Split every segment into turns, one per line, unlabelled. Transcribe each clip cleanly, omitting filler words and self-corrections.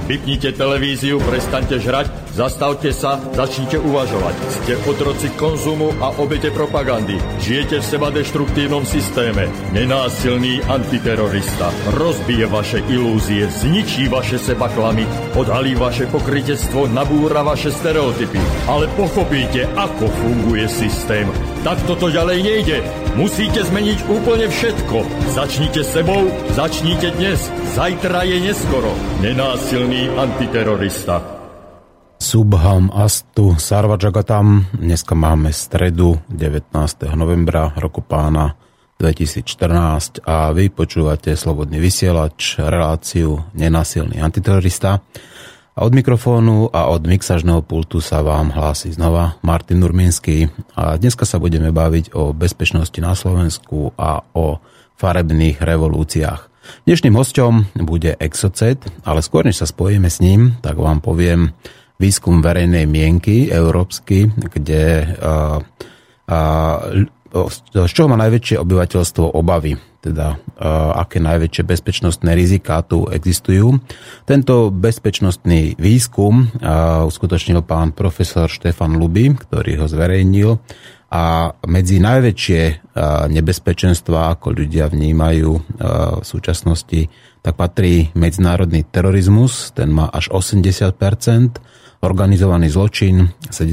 Vypnite televíziu, prestaňte žrať, zastavte sa, začnite uvažovať. Ste otroci konzumu a obete propagandy. Žijete v sebadeštruktívnom systéme. Nenásilný antiterorista rozbije vaše ilúzie, zničí vaše sebaklamy, odhalí vaše pokrytectvo, nabúra vaše stereotypy. Ale pochopíte, ako funguje systém. Tak toto ďalej nejde. Musíte zmeniť úplne všetko. Začnite sebou, začnite dnes. Zajtra je neskoro. Nenásilný antiterorista.
Subham Astu Sarvajagatam. Dneska máme stredu 19. novembra roku pána 2014 a vy počúvate Slobodný vysielač, reláciu Nenásilný antiterorista. A od mikrofónu a od mixažného pultu sa vám hlási znova Martin Nurmínsky. A dneska sa budeme baviť o bezpečnosti na Slovensku a o farebných revolúciách. Dnešným hosťom bude Exocet, ale skôr než sa spojíme s ním, tak vám poviem výskum verejnej mienky európsky, kde z čoho má najväčšie obyvateľstvo obavy, teda aké najväčšie bezpečnostné riziká tu existujú. Tento bezpečnostný výskum uskutočnil pán profesor Štefan Luby, ktorý ho zverejnil, a medzi najväčšie nebezpečenstvá, ako ľudia vnímajú v súčasnosti, tak patrí medzinárodný terorizmus, ten má až 80%, organizovaný zločin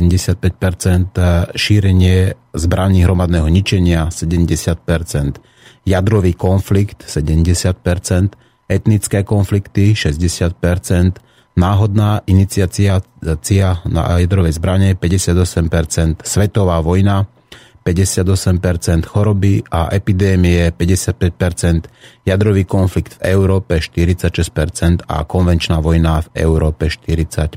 75%, šírenie zbraní hromadného ničenia 70%, jadrový konflikt 70%, etnické konflikty 60%, náhodná iniciácia na jadrové zbranie 58%, svetová vojna 58%, choroby a epidémie 55%, jadrový konflikt v Európe 46% a konvenčná vojna v Európe 45%.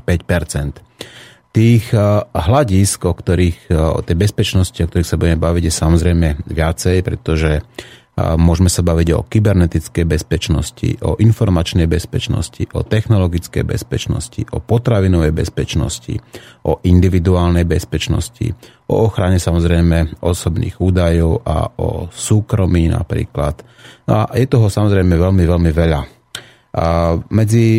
Tých hľadisk, o tej bezpečnosti, o ktorých sa budeme baviť, je samozrejme viacej, pretože môžeme sa baviť o kybernetickej bezpečnosti, o informačnej bezpečnosti, o technologickej bezpečnosti, o potravinovej bezpečnosti, o individuálnej bezpečnosti, o ochrane samozrejme osobných údajov a o súkromí napríklad. A je toho samozrejme veľmi, veľmi veľa. A medzi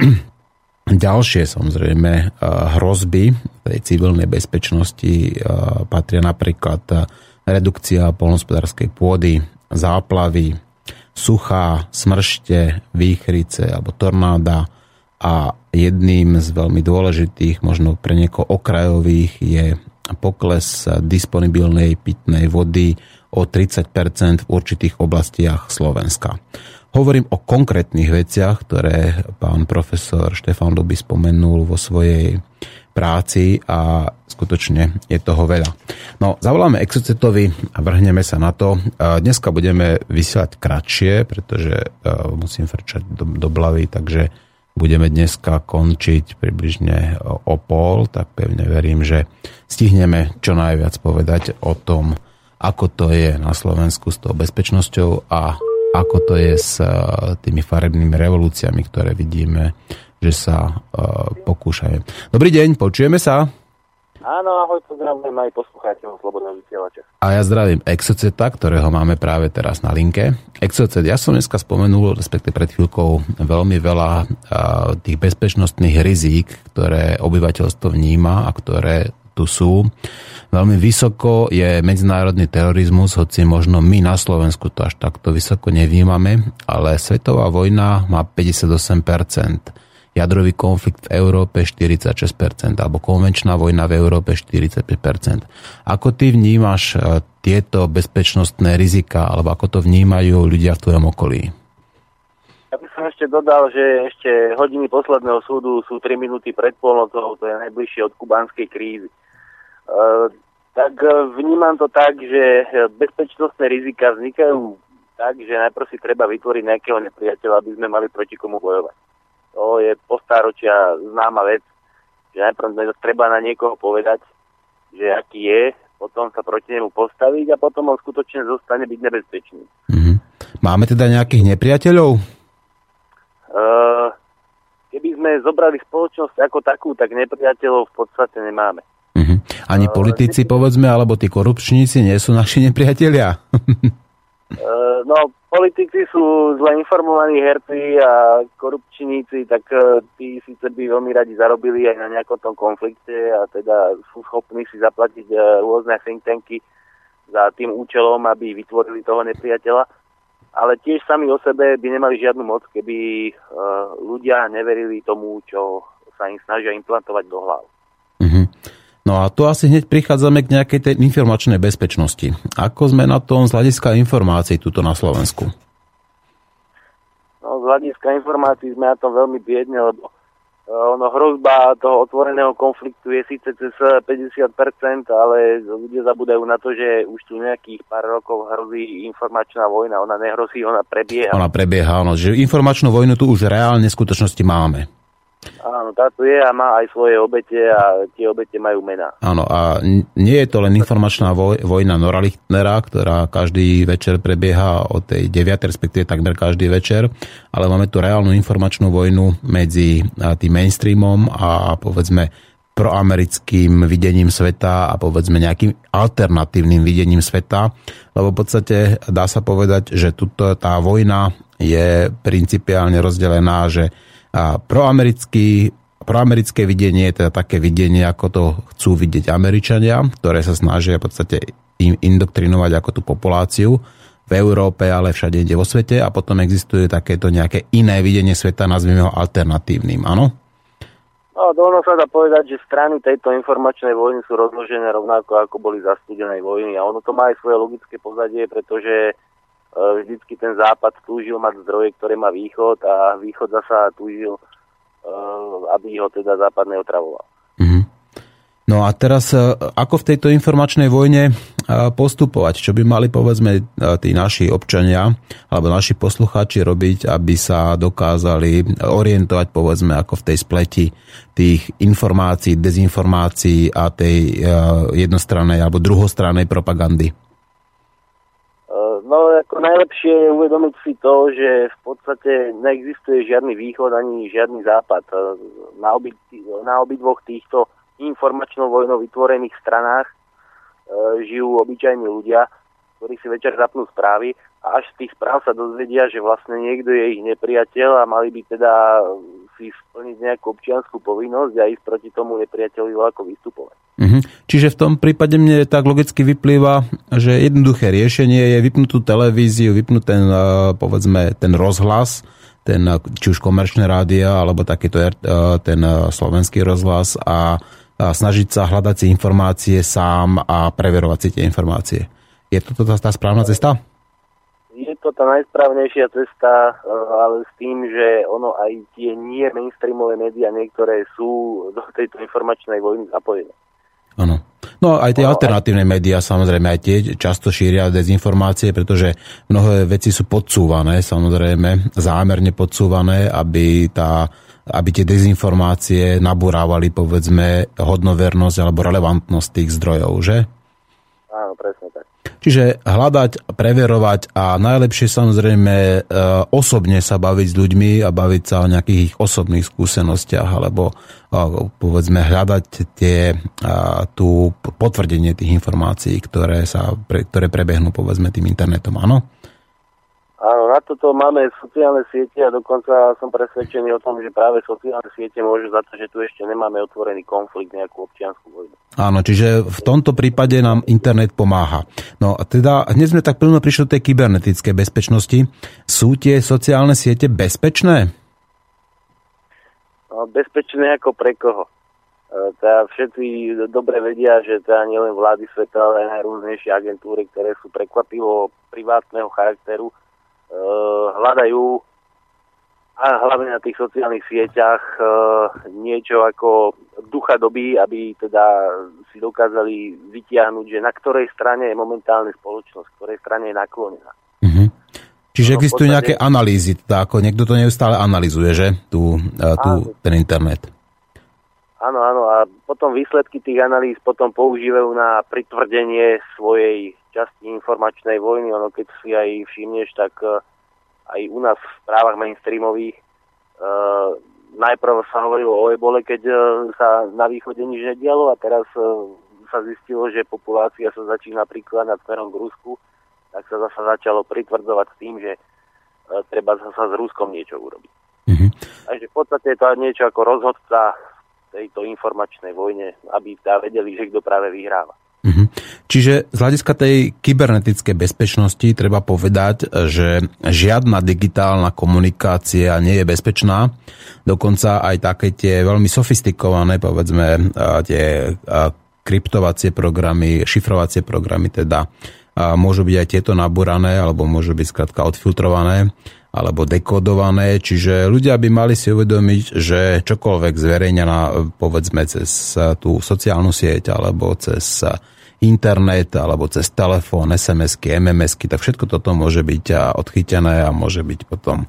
ďalšie samozrejme hrozby tej civilnej bezpečnosti patria napríklad redukcia poľnohospodárskej pôdy, záplavy, suchá, smršte, výchrice alebo tornáda a jedným z veľmi dôležitých, možno pre niekoho okrajových, je pokles disponibilnej pitnej vody o 30% v určitých oblastiach Slovenska. Hovorím o konkrétnych veciach, ktoré pán profesor Štefan Luby spomenul vo svojej práci a skutočne je toho veľa. No, zavoláme Exocetovi a vrhneme sa na to. Dneska budeme vysielať kratšie, pretože musím frčať do Blavy, takže budeme dneska končiť približne o pol, tak pevne verím, že stihneme čo najviac povedať o tom, ako to je na Slovensku s tou bezpečnosťou a ako to je s tými farebnými revolúciami, ktoré vidíme, že sa pokúšajú. Dobrý deň, počujeme sa?
Áno, ahoj, pozdravujem aj poslucháteľov Slobodného vysielača.
A ja zdravím Exoceta, ktorého máme práve teraz na linke. Exocet, ja som dneska spomenul, respektive pred chvíľkou, veľmi veľa tých bezpečnostných rizík, ktoré obyvateľstvo vníma a ktoré tu sú. Veľmi vysoko je medzinárodný terorizmus, hoci možno my na Slovensku to až takto vysoko nevnímame, ale svetová vojna má 58%. Jadrový konflikt v Európe 46%, alebo konvenčná vojna v Európe 45%. Ako ty vnímaš tieto bezpečnostné rizika, alebo ako to vnímajú ľudia v tvojom okolí?
Ja by som ešte dodal, že ešte hodiny posledného súdu sú 3 minúty pred polnocou, to je najbližšie od kubánskej krízy. Tak vnímam to tak, že bezpečnostné rizika vznikajú tak, že najprv si treba vytvoriť nejakého nepriateľa, aby sme mali proti komu bojovať. To je po stáročia známa vec, že najprv treba na niekoho povedať, že aký je, potom sa proti nemu postaviť a potom on skutočne zostane byť nebezpečný. Mm-hmm.
Máme teda nejakých nepriateľov?
Keby sme zobrali spoločnosť ako takú, tak nepriateľov v podstate nemáme.
Mm-hmm. Ani politici, povedzme, alebo tí korupčníci nie sú naši nepriatelia?
No, politici sú zle informovaní herci a korupčníci, tak tí síce by veľmi radi zarobili aj na nejakom tom konflikte a teda sú schopní si zaplatiť rôzne think tanky za tým účelom, aby vytvorili toho nepriateľa. Ale tiež sami o sebe by nemali žiadnu moc, keby ľudia neverili tomu, čo sa im snažia implantovať do hlav.
Mhm. No a tu asi hneď prichádzame k nejakej tej informačnej bezpečnosti. Ako sme na tom z hľadiska informácií tuto na Slovensku?
No, z hľadiska informácií sme na tom veľmi biedne, lebo hrozba toho otvoreného konfliktu je síce cez 50%, ale ľudia zabúdajú na to, že už tu nejakých pár rokov hrozí informačná vojna. Ona nehrozí, ona prebieha.
Ona prebieha, áno. Že informačnú vojnu tu už reálne v skutočnosti máme.
Áno, táto je a má aj svoje obete a tie obete majú mená.
Áno, a nie je to len informačná vojna Nora Lichtnera, ktorá každý večer prebieha od tej 9, respektíve takmer každý večer, ale máme tu reálnu informačnú vojnu medzi tým mainstreamom a povedzme proamerickým videním sveta a povedzme nejakým alternatívnym videním sveta, lebo v podstate dá sa povedať, že tuto tá vojna je principiálne rozdelená, že a proamerické videnie, teda také videnie, ako to chcú vidieť Američania, ktoré sa snažia v podstate im indoktrinovať ako tú populáciu v Európe, ale všade inde vo svete, a potom existuje takéto nejaké iné videnie sveta, nazvime ho alternatívnym, áno?
No, ono sa dá povedať, že strany tejto informačnej vojny sú rozložené rovnako, ako boli za studenej vojny, a ono to má aj svoje logické pozadie, pretože vždycky ten západ túžil mať zdroje, ktoré má východ, a východ zasa túžil, aby ho teda západ neotravoval.
Mm-hmm. No a teraz, ako v tejto informačnej vojne postupovať? Čo by mali, povedzme, tí naši občania alebo naši poslucháči robiť, aby sa dokázali orientovať, povedzme, ako v tej spleti tých informácií, dezinformácií a tej jednostrannej alebo druhostrannej propagandy?
No, ako najlepšie je uvedomiť si to, že v podstate neexistuje žiadny východ ani žiadny západ. Na obidvoch týchto informačnou vojnou vytvorených stranách žijú obyčajní ľudia, ktorí si večer zapnú správy a až z tých správ sa dozvedia, že vlastne niekto je ich nepriateľ a mali by teda si splniť nejakú občiansku povinnosť a ísť proti tomu nepriateľovi ako vystupovať.
Čiže v tom prípade mne tak logicky vyplýva, že jednoduché riešenie je vypnúť tú televíziu, vypnúť ten, povedzme, ten rozhlas, ten, či už komerčné rádia, alebo takýto ten slovenský rozhlas, a snažiť sa hľadať si informácie sám a preverovať si tie informácie. Je to tá správna cesta?
Je to tá najsprávnejšia cesta, ale s tým, že ono aj tie nie mainstreamové médiá niektoré sú do tejto informačnej vojny zapojené.
Áno. No aj tie alternatívne médiá, samozrejme, aj tie často šíria dezinformácie, pretože mnohé veci sú podsúvané, samozrejme, zámerne podsúvané, aby tie dezinformácie nabúrávali, povedzme, hodnovernosť alebo relevantnosť tých zdrojov, že?
Áno, presne tak.
Čiže hľadať, preverovať a najlepšie samozrejme osobne sa baviť s ľuďmi a baviť sa o nejakých ich osobných skúsenostiach, alebo povedzme hľadať tú potvrdenie tých informácií, ktoré prebehnú, povedzme, tým internetom, áno?
Áno, na toto máme sociálne siete a dokonca som presvedčený o tom, že práve sociálne siete môžu za to, že tu ešte nemáme otvorený konflikt, nejakú občiansku vojnu. Áno,
čiže v tomto prípade nám internet pomáha. No a teda hneď sme tak plno prišli do tej kybernetickej bezpečnosti. Sú tie sociálne siete bezpečné?
No, bezpečné ako pre koho? Teda všetci dobre vedia, že teda nielen vlády sveta, ale aj najrôznejšie agentúry, ktoré sú prekvapivo privátneho charakteru, hľadajú a hlavne na tých sociálnych sieťach niečo ako ducha doby, aby teda si dokázali vytiahnuť, že na ktorej strane je momentálne spoločnosť, ktorej strane je naklonená.
Mhm. Čiže existujú nejaké analýzy, teda ako niekto to neustále analyzuje, že? Ten internet.
Áno, a potom výsledky tých analýz potom používajú na pritvrdenie svojej časti informačnej vojny. Ono, keď si aj všimneš, tak aj u nás v správach mainstreamových najprv sa hovorilo o ebole, keď sa na východe nič nedialo, a teraz sa zistilo, že populácia sa začína prikladať smerom k Rusku tak sa zasa začalo pritvrdzovať s tým, že treba zasa s Ruskom niečo urobiť. Takže v podstate je to niečo ako rozhodca tejto informačnej vojne, aby vedeli, že kto práve vyhráva.
Čiže z hľadiska tej kybernetickej bezpečnosti treba povedať, že žiadna digitálna komunikácia nie je bezpečná. Dokonca aj také tie veľmi sofistikované, povedzme, tie kryptovacie programy, šifrovacie programy, teda môžu byť aj tieto nabúrané, alebo môžu byť skrátka odfiltrované, alebo dekodované. Čiže ľudia by mali si uvedomiť, že čokoľvek zverejnená, povedzme, cez tú sociálnu sieť, alebo cez internet, alebo cez telefón, SMS-ky, MMS-ky, tak všetko toto môže byť odchytené a môže byť potom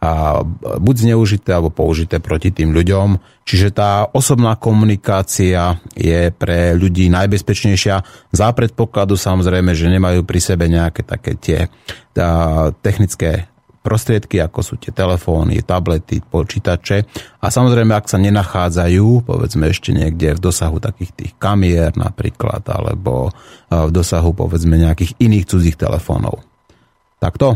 buď zneužité, alebo použité proti tým ľuďom. Čiže tá osobná komunikácia je pre ľudí najbezpečnejšia. Za predpokladu samozrejme, že nemajú pri sebe nejaké také tie technické prostriedky, ako sú tie telefóny, tablety, počítače. A samozrejme, ak sa nenachádzajú, povedzme ešte niekde v dosahu takých tých kamier napríklad, alebo v dosahu, povedzme, nejakých iných cudzích telefónov. Takto?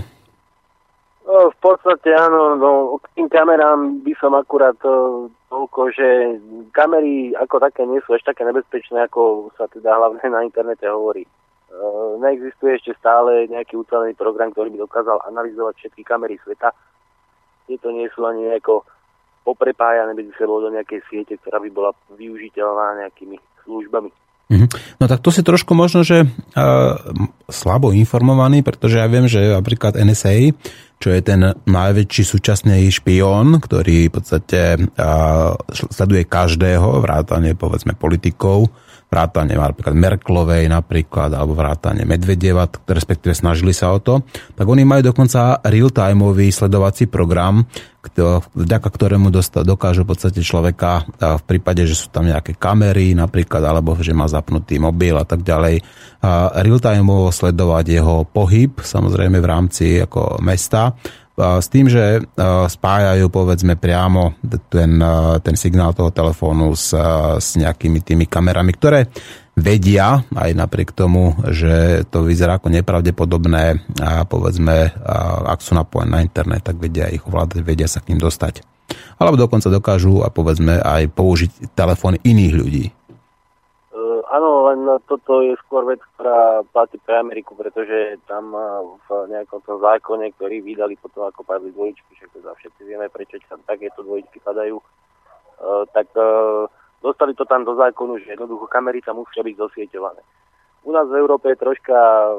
No, v podstate áno, k tým kamerám by som akurát toľko, že kamery ako také nie sú až také nebezpečné, ako sa teda hlavne na internete hovorí. Neexistuje ešte stále nejaký ucelený program, ktorý by dokázal analyzovať všetky kamery sveta. Tieto nie sú ani nejako poprepájané medzi sebou do nejakej siete, ktorá by bola využiteľná nejakými službami.
No tak to si trošku možno, že slabo informovaný, pretože ja viem, že napríklad NSA, čo je ten najväčší súčasný špión, ktorý v podstate sleduje každého, vrátane povedzme politikov, vrátane napríklad Merkelovej napríklad, alebo vrátane Medvedeva, respektíve snažili sa o to, tak oni majú dokonca real-timeový sledovací program, vďaka ktorému dokážu v podstate človeka v prípade, že sú tam nejaké kamery napríklad, alebo že má zapnutý mobil a tak ďalej, real-timeovo sledovať jeho pohyb, samozrejme v rámci ako mesta, s tým, že spájajú povedzme priamo ten signál toho telefónu s nejakými tými kamerami, ktoré vedia, aj napriek tomu, že to vyzerá ako nepravdepodobné a povedzme, ak sú napojené na internet, tak vedia ich ovládať, vedia sa k ním dostať. Alebo dokonca dokážu a povedzme aj použiť telefóny iných ľudí.
Áno, len toto je skôr vec, ktorá platí pre Ameriku, pretože tam v nejakom tom zákone, ktorý vydali potom, ako padli dvojičky, však teda všetci vieme, prečo takéto dvojičky padajú, tak dostali to tam do zákonu, že jednoducho kamery tam musia byť dosieťované. U nás v Európe je troška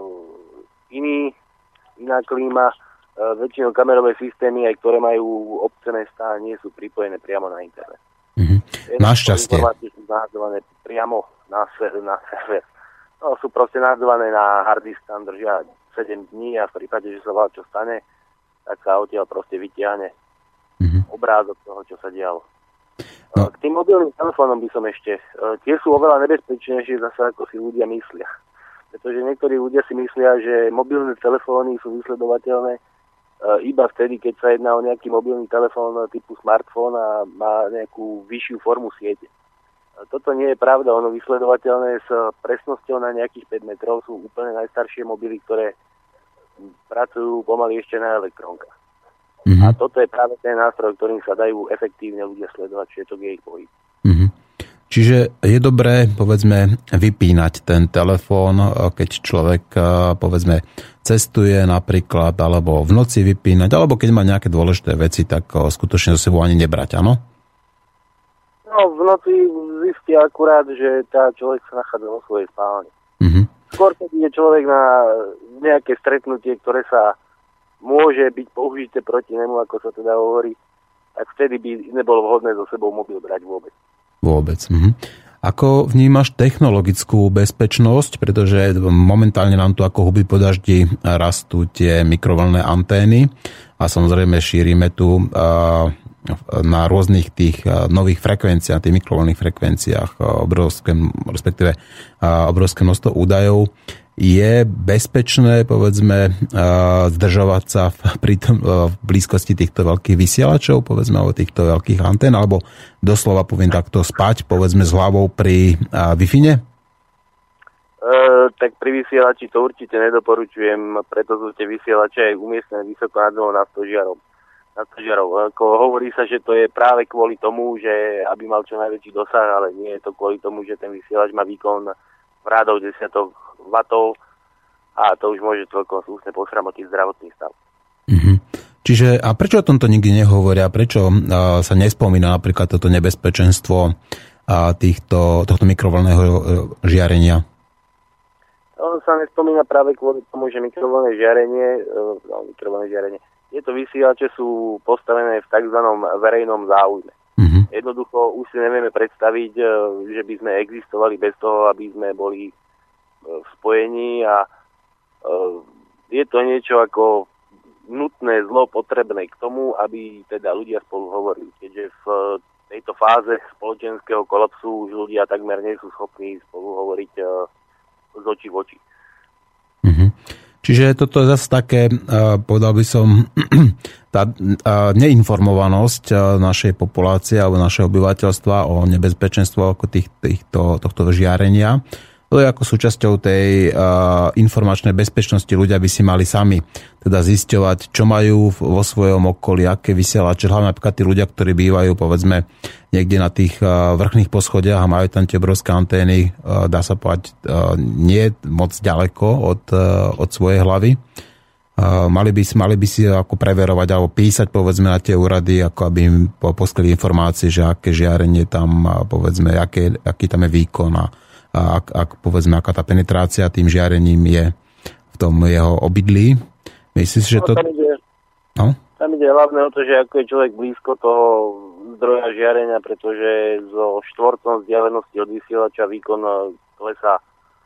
iná klíma, väčšinou kamerové systémy, aj ktoré majú obce mestá, nie sú pripojené priamo na internet.
Našťastie.
Informácie sú nahradzované priamo na server. No, sú proste nahradzované na hard disk, tam držia 7 dní a v prípade, že sa čo stane, tak sa odtiaľ proste vytiahne obrázok toho, čo sa dialo. No. K tým mobilným telefónom by som ešte, tie sú oveľa nebezpečnejšie zase, ako si ľudia myslia. Pretože niektorí ľudia si myslia, že mobilné telefóny sú vysledovateľné iba vtedy, keď sa jedná o nejaký mobilný telefón typu smartfón a má nejakú vyššiu formu siete. Toto nie je pravda, ono vysledovateľné s presnosťou na nejakých 5 metrov sú úplne najstaršie mobily, ktoré pracujú pomaly ešte na elektrónkach. A toto je práve ten nástroj, ktorým sa dajú efektívne ľudia sledovať všetok je ich pohyb.
Čiže je dobré, povedzme, vypínať ten telefón, keď človek, povedzme, cestuje napríklad, alebo v noci vypínať, alebo keď má nejaké dôležité veci, tak skutočne so sebou ani nebrať, áno?
No, v noci zistí akurát, že tá človek sa nachádza vo svojej spálni. Skôr, keď ide človek na nejaké stretnutie, ktoré sa môže byť použité proti nemu, ako sa teda hovorí, tak vtedy by nebolo vhodné so sebou mobil brať vôbec. Ako vnímaš technologickú bezpečnosť, pretože momentálne nám tu ako huby po daždi rastú tie mikrovlnné antény a samozrejme šírime tu na rôznych tých nových frekvenciách, tých mikrovlnných frekvenciách obrovské množstvo údajov. Je bezpečné, povedzme, zdržovať sa v blízkosti týchto veľkých vysielačov, povedzme, alebo týchto veľkých antén, alebo doslova poviem takto spať, povedzme, s hlavou pri Wi-Fi? tak pri vysielači to určite nedoporučujem, preto sú tie vysielače aj umiestnené vysoko nad zemou nad stožiarov. Ako hovorí sa, že to je práve kvôli tomu, že aby mal čo najväčší dosah, ale nie je to kvôli tomu, že ten vysielač má výkon v rádoch desiatok vatov a to už môže celkom súsne posramotiť zdravotný stav.
Čiže a prečo o tomto nikdy nehovoria? Prečo sa nespomína napríklad toto nebezpečenstvo tohto mikrovlnného žiarenia?
On sa nespomína práve kvôli tomu, že mikrovlnné žiarenie, tieto vysielače sú postavené v tzv. Verejnom záujme. Jednoducho už si nevieme predstaviť, že by sme existovali bez toho, aby sme boli v spojení a je to niečo ako nutné zlo potrebné k tomu, aby teda ľudia spolu hovorili. Keďže v tejto fáze spoločenského kolapsu už ľudia takmer nie sú schopní spolu hovoriť z očí v oči.
Čiže toto je zase také, povedal by som, tá neinformovanosť našej populácie alebo našeho obyvateľstva o nebezpečenstve ako tohto žiarenia. To je ako súčasťou tej informačnej bezpečnosti. Ľudia by si mali sami teda zisťovať, čo majú vo svojom okolí, aké vysielače. Hlavne napríklad tí ľudia, ktorí bývajú povedzme niekde na tých vrchných poschodiach a majú tam tie obrovské antény, dá sa povedať, nie moc ďaleko od svojej hlavy. Mali by si ako preverovať alebo písať povedzme na tie úrady, ako aby im poskytli informácie, že aké žiarenie tam, povedzme, aký tam je výkon a povedzme, aká tá penetrácia tým žiarením je v tom jeho obydlí. Myslíš, že to...
Tam ide hlavne o to, že ako je človek blízko toho zdroja žiarenia, pretože zo štvorcom vzdialenosti od vysielača výkon klesá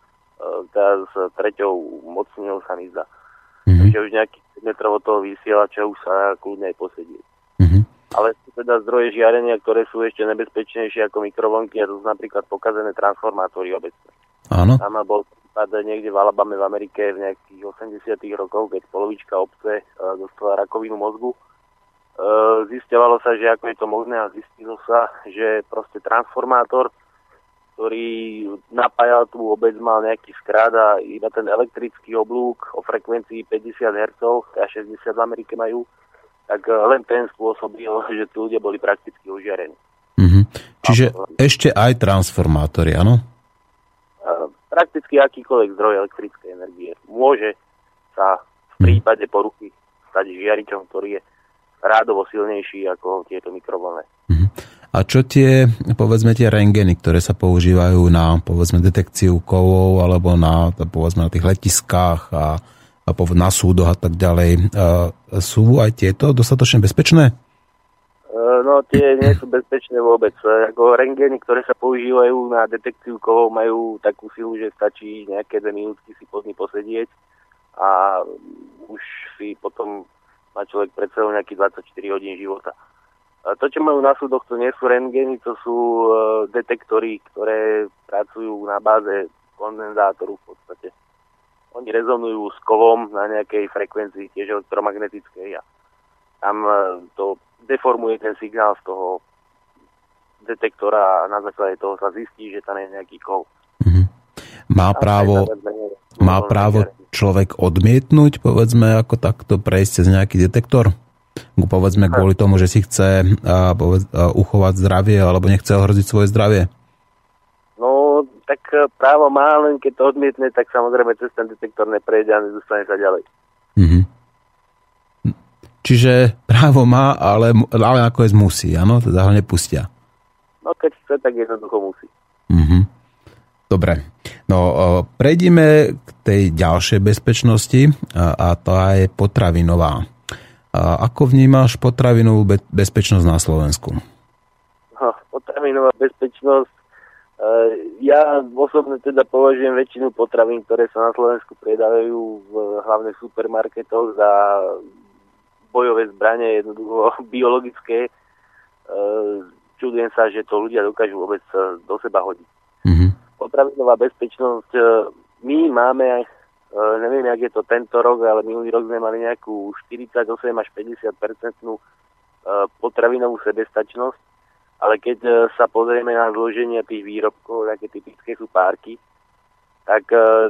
s treťou mocnou sa mi zdá. Takže už nejaký metrov od toho vysielača už sa kľudne aj posedie. Ale sú teda zdroje žiarenia, ktoré sú ešte nebezpečnejšie ako mikrovlnky a to sú napríklad pokazené transformátory obecne.
Áno.
Tam bol prípad niekde v Alabame v Amerike v nejakých 80. rokoch, keď polovička obce dostala rakovinu mozgu. Zisťovalo sa, že ako je to možné a zistilo sa, že proste transformátor, ktorý napájal tú obec, mal nejaký skrát a iba ten elektrický oblúk o frekvencii 50 Hz, a 60 v Amerike majú, tak len ten spôsobil, že tí ľudia boli prakticky ožiarení.
Čiže ešte aj transformátory, áno?
Prakticky akýkoľvek zdroj elektrickej energie môže sa v prípade poruchy stať žiaričom, ktorý je rádovo silnejší ako tieto mikrovlnné.
A čo tie, povedzme, tie rentgeny, ktoré sa používajú na, povedzme, detekciu kovov alebo na, povedzme, na tých letiskách a na súdoch a tak ďalej. Sú aj tieto dostatočne bezpečné?
No, tie nie sú bezpečné vôbec. Ako rentgeny, ktoré sa používajú na detekciu kovov, majú takú silu, že stačí nejaké 2 minútky si pod ní posedieť a už si potom má človek pred sebou nejakých 24 hodín života. A to, čo majú na súdoch, to nie sú rentgeny, to sú detektory, ktoré pracujú na báze kondenzátoru v podstate. Oni rezonujú s kovom na nejakej frekvencii, tiež elektromagnetickej a tam to deformuje ten signál z toho detektora a na základe toho sa zistí, že tam je nejaký kov.
Má právo človek odmietnúť, povedzme, ako takto prejsť cez nejaký detektor? Povedzme kvôli tomu, že si chce uchovať zdravie alebo nechce ohroziť svoje zdravie?
No, tak právo má, len keď to odmietne, tak samozrejme cez ten detektor neprejde a nedostane sa ďalej.
Čiže právo má, ale nakoniec musí, áno? Teda ho nepustia.
No, keď chce, tak jednoducho musí.
Dobre. No, prejdime k tej ďalšej bezpečnosti a tá je potravinová. Ako vnímaš potravinovú bezpečnosť na Slovensku?
Potravinová bezpečnosť. Ja osobne teda považujem väčšinu potravín, ktoré sa na Slovensku predávajú hlavne v supermarketoch za bojové zbranie, jednoducho biologické. Čudujem sa, že to ľudia dokážu vôbec do seba hodiť. Potravinová bezpečnosť. My máme, neviem, jak je to tento rok, ale minulý rok sme mali nejakú 48 až 50% potravinovú sebestačnosť, ale keď sa pozrieme na zloženie tých výrobkov, také typické sú párky, tak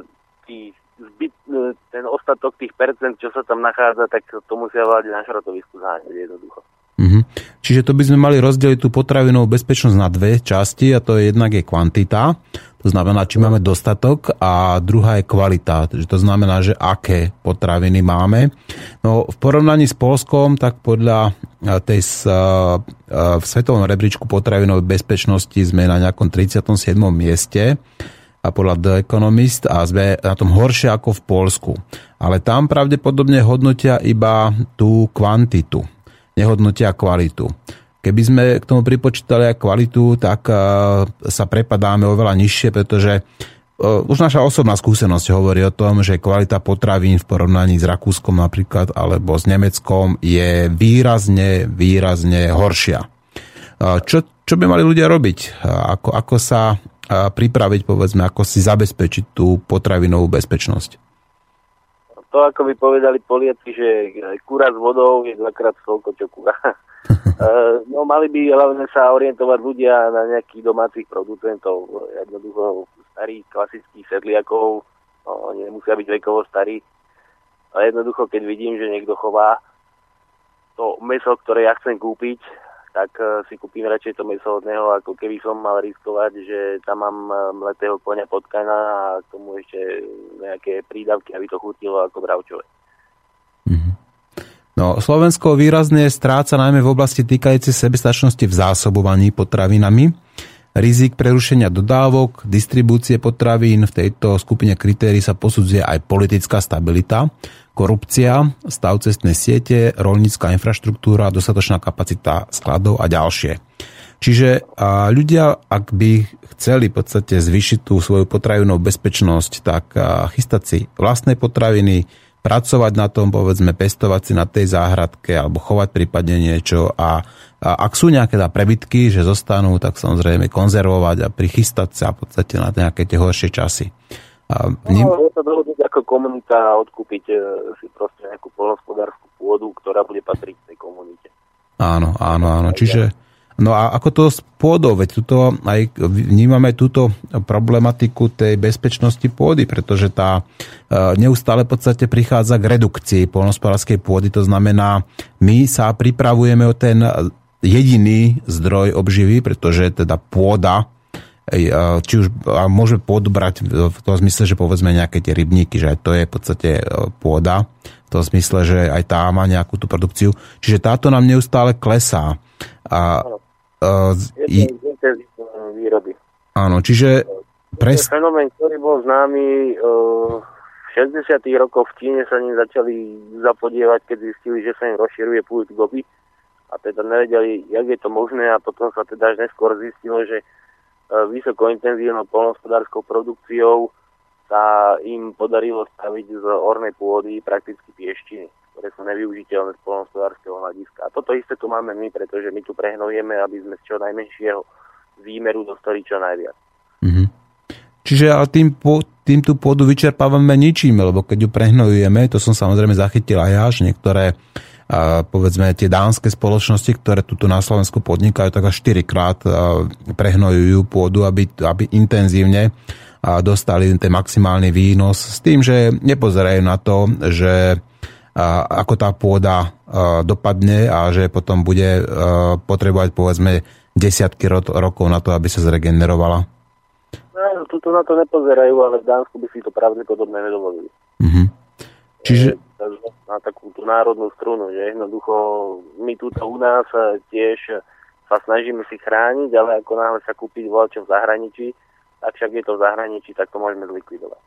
ten ostatok tých percent, čo sa tam nachádza, tak to musia vládiť na šrotovisku zháňať jednoducho.
Čiže to by sme mali rozdeliť tú potravinovú bezpečnosť na dve časti, a to je jednak je kvantita, to znamená, či máme dostatok, a druhá je kvalita, to znamená, že aké potraviny máme. No, v porovnaní s Poľskom, tak podľa tej v svetovom rebríčku potravinovej bezpečnosti sme na nejakom 37. mieste a podľa The Economist, a sme na tom horšie ako v Poľsku. Ale tam pravdepodobne hodnotia iba tú kvantitu, nehodnotia kvalitu. Keby sme k tomu pripočítali aj kvalitu, tak sa prepadáme oveľa nižšie, pretože už naša osobná skúsenosť hovorí o tom, že kvalita potravín v porovnaní s Rakúskom napríklad alebo s Nemeckom je výrazne horšia. Čo by mali ľudia robiť? Ako sa pripraviť, povedzme, ako si zabezpečiť tú potravinovú bezpečnosť?
To, ako by povedali Poliaci, že kura s vodou je dvakrát toľko, čo kura. No, mali by hlavne sa orientovať ľudia na nejakých domácich producentov, jednoducho starých klasických sedliakov, oni nemusia byť vekovo starí. A jednoducho, keď vidím, že niekto chová to mäso, ktoré ja chcem kúpiť, tak si kúpim radšej to mäso od neho, ako keby som mal riskovať, že tam mám mletého koňa potkana a k tomu ešte nejaké prídavky, aby to chutilo ako bravčové.
No, Slovensko výrazne stráca najmä v oblasti týkajúcej sebestačnosti v zásobovaní potravinami, rizik prerušenia dodávok, distribúcie potravín. V tejto skupine kritérií sa posudzuje aj politická stabilita, korupcia, stav cestnej siete, roľnícka infraštruktúra, dostatočná kapacita skladov a ďalšie. Čiže ľudia, ak by chceli v podstate zvýšiť tú svoju potravinovú bezpečnosť, tak chystať si vlastné potraviny, pracovať na tom, povedzme, pestovať si na tej záhradke alebo chovať prípadne niečo, a ak sú nejaké prebytky, že zostanú, tak samozrejme konzervovať a prichystať sa v podstate na nejaké tie horšie časy.
Je to dohodnúť ako komunita a odkúpiť si proste nejakú poľnohospodárskú pôdu, ktorá bude patriť tej komunite.
Áno. Čiže no a ako to s pôdou? Veď tuto aj vnímame túto problematiku tej bezpečnosti pôdy, pretože tá neustále v podstate prichádza k redukcii poľnohospodárskej pôdy. To znamená, my sa pripravujeme o ten jediný zdroj obživy, pretože teda pôda, či už môžeme pôdu brať v tom zmysle, že povedzme nejaké tie rybníky, že aj to je v podstate pôda, v tom zmysle, že aj tá má nejakú tú produkciu. Čiže táto nám neustále klesá.
Výroby.
Áno, čiže
fenomén, ktorý bol známy v 60. rokoch v Číne, sa ním začali zapodievať, keď zistili, že sa im rozširuje púšť Gobi, a teda nevedeli, jak je to možné, a potom sa teda až neskôr zistilo, že vysokointenzívnou poľnohospodárskou produkciou sa im podarilo staviť z ornej pôdy prakticky pieštiny, ktoré sú nevyužiteľné z poľnohospodárskeho hľadiska. A toto isté tu máme my, pretože my tu prehnojeme, aby sme z čo najmenšieho výmeru dostali čo najviac.
Čiže ale tým tú pôdu vyčerpávame ničím, lebo keď ju prehnojujeme, to som samozrejme zachytil aj ja, že niektoré povedzme tie dánske spoločnosti, ktoré tuto na Slovensku podnikajú, tak až 4-krát prehnojujú pôdu, aby intenzívne dostali ten maximálny výnos, s tým, že nepozerajú na to, že ako tá pôda dopadne a že potom bude potrebovať povedzme desiatky rokov na to, aby sa zregenerovala.
No, tuto na to nepozerajú, ale v Dánsku by si to pravdepodobne nedovolili.
Čiže
na takú tú národnú strunu, že jednoducho my tuto u nás tiež sa snažíme si chrániť, ale ako náhle sa kúpiť voľačo v zahraničí, tak však je to v zahraničí, tak to môžeme zlikvidovať.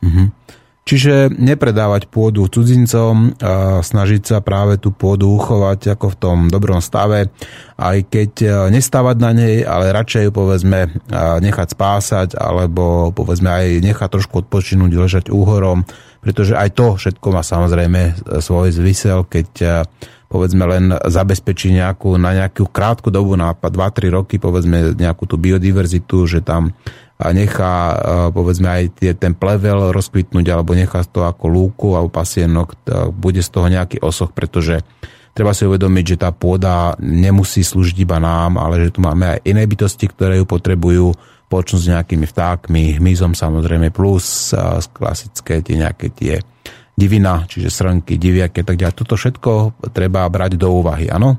Čiže nepredávať pôdu cudzincom, snažiť sa práve tú pôdu uchovať ako v tom dobrom stave, aj keď nestávať na nej, ale radšej ju povedzme nechať spásať, alebo povedzme aj nechať trošku odpočinúť, ležať úhorom, pretože aj to všetko má samozrejme svoj zmysel, keď povedzme len zabezpečí na nejakú krátku dobu, na 2-3 roky, povedzme nejakú tú biodiverzitu, že tam nechá povedzme aj ten plevel rozkvitnúť, alebo nechá to ako lúku alebo pasienok, bude z toho nejaký osoch, pretože treba si uvedomiť, že tá pôda nemusí slúžiť iba nám, ale že tu máme aj iné bytosti, ktoré ju potrebujú. počnú s nejakými vtákmi, hmyzom samozrejme, plus klasické tie divina, čiže srnky, diviaky a tak ďalej. Toto všetko treba brať do úvahy, áno?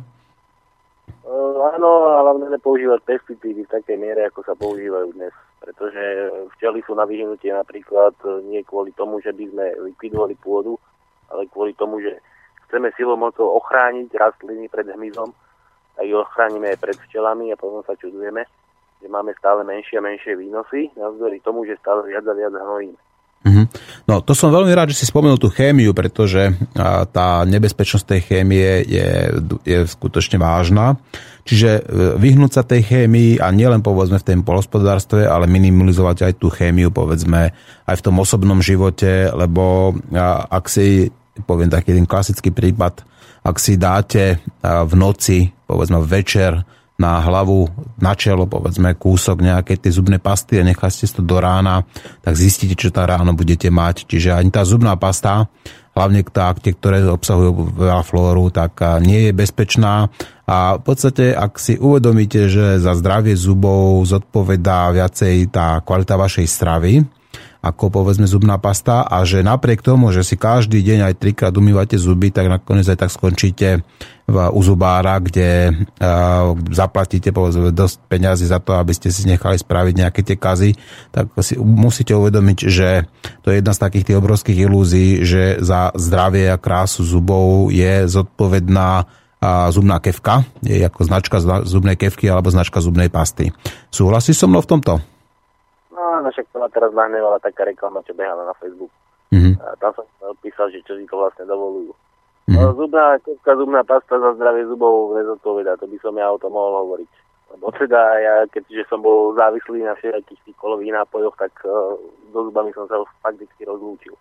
Áno, a hlavne nepoužívať pesticídy v takej miere, ako sa používajú dnes. Pretože včely sú na vyhnutie napríklad nie kvôli tomu, že by sme likvidovali pôdu, ale kvôli tomu, že chceme silou mocou ochrániť rastliny pred hmyzom, tak ich ochránime aj pred včelami a potom sa čudujeme, že máme stále menšie a menšie výnosy, navzdory tomu, že stále viac a viac hnojíme.
No, to som veľmi rád, že si spomenul tú chémiu, pretože tá nebezpečnosť tej chémie je skutočne vážna. Čiže vyhnúť sa tej chémii a nielen povedzme v tom poľnohospodárstve, ale minimalizovať aj tú chémiu povedzme aj v tom osobnom živote, lebo ak si, poviem taký ten klasický prípad, ak si dáte v noci, povedzme večer na hlavu, na čelo, povedzme kúsok nejakej tej zubnej pasty a necháte si to do rána, tak zistíte, čo tam ráno budete mať. Čiže ani tá zubná pasta, hlavne tie, ktoré obsahujú veľa flóru, tak nie je bezpečná. A v podstate, ak si uvedomíte, že za zdravie zubov zodpovedá viacej tá kvalita vašej stravy, ako povedzme zubná pasta, a že napriek tomu, že si každý deň aj 3-krát umývate zuby, tak nakoniec aj tak skončíte u zubára, kde zaplatíte povedzme dosť peňazí za to, aby ste si nechali spraviť nejaké tie kazy, tak si musíte uvedomiť, že to je jedna z takých tých obrovských ilúzií, že za zdravie a krásu zubov je zodpovedná zubná kefka, je ako značka zubnej kefky alebo značka zubnej pasty. Súhlasíš so mnou v tomto?
No, však to ma teraz nahnevala taká reklama, čo behala na Facebooku. A tam som odpísal, že čo si to vlastne dovolujú. Zubná kefka, zubná pasta za zdravie zubov nezodpovedá, to by som ja o tom mohol hovoriť. Lebo teda ja, keďže som bol závislý na všetkých tých kolových nápojoch, tak do zubami som sa fakticky rozlúčil.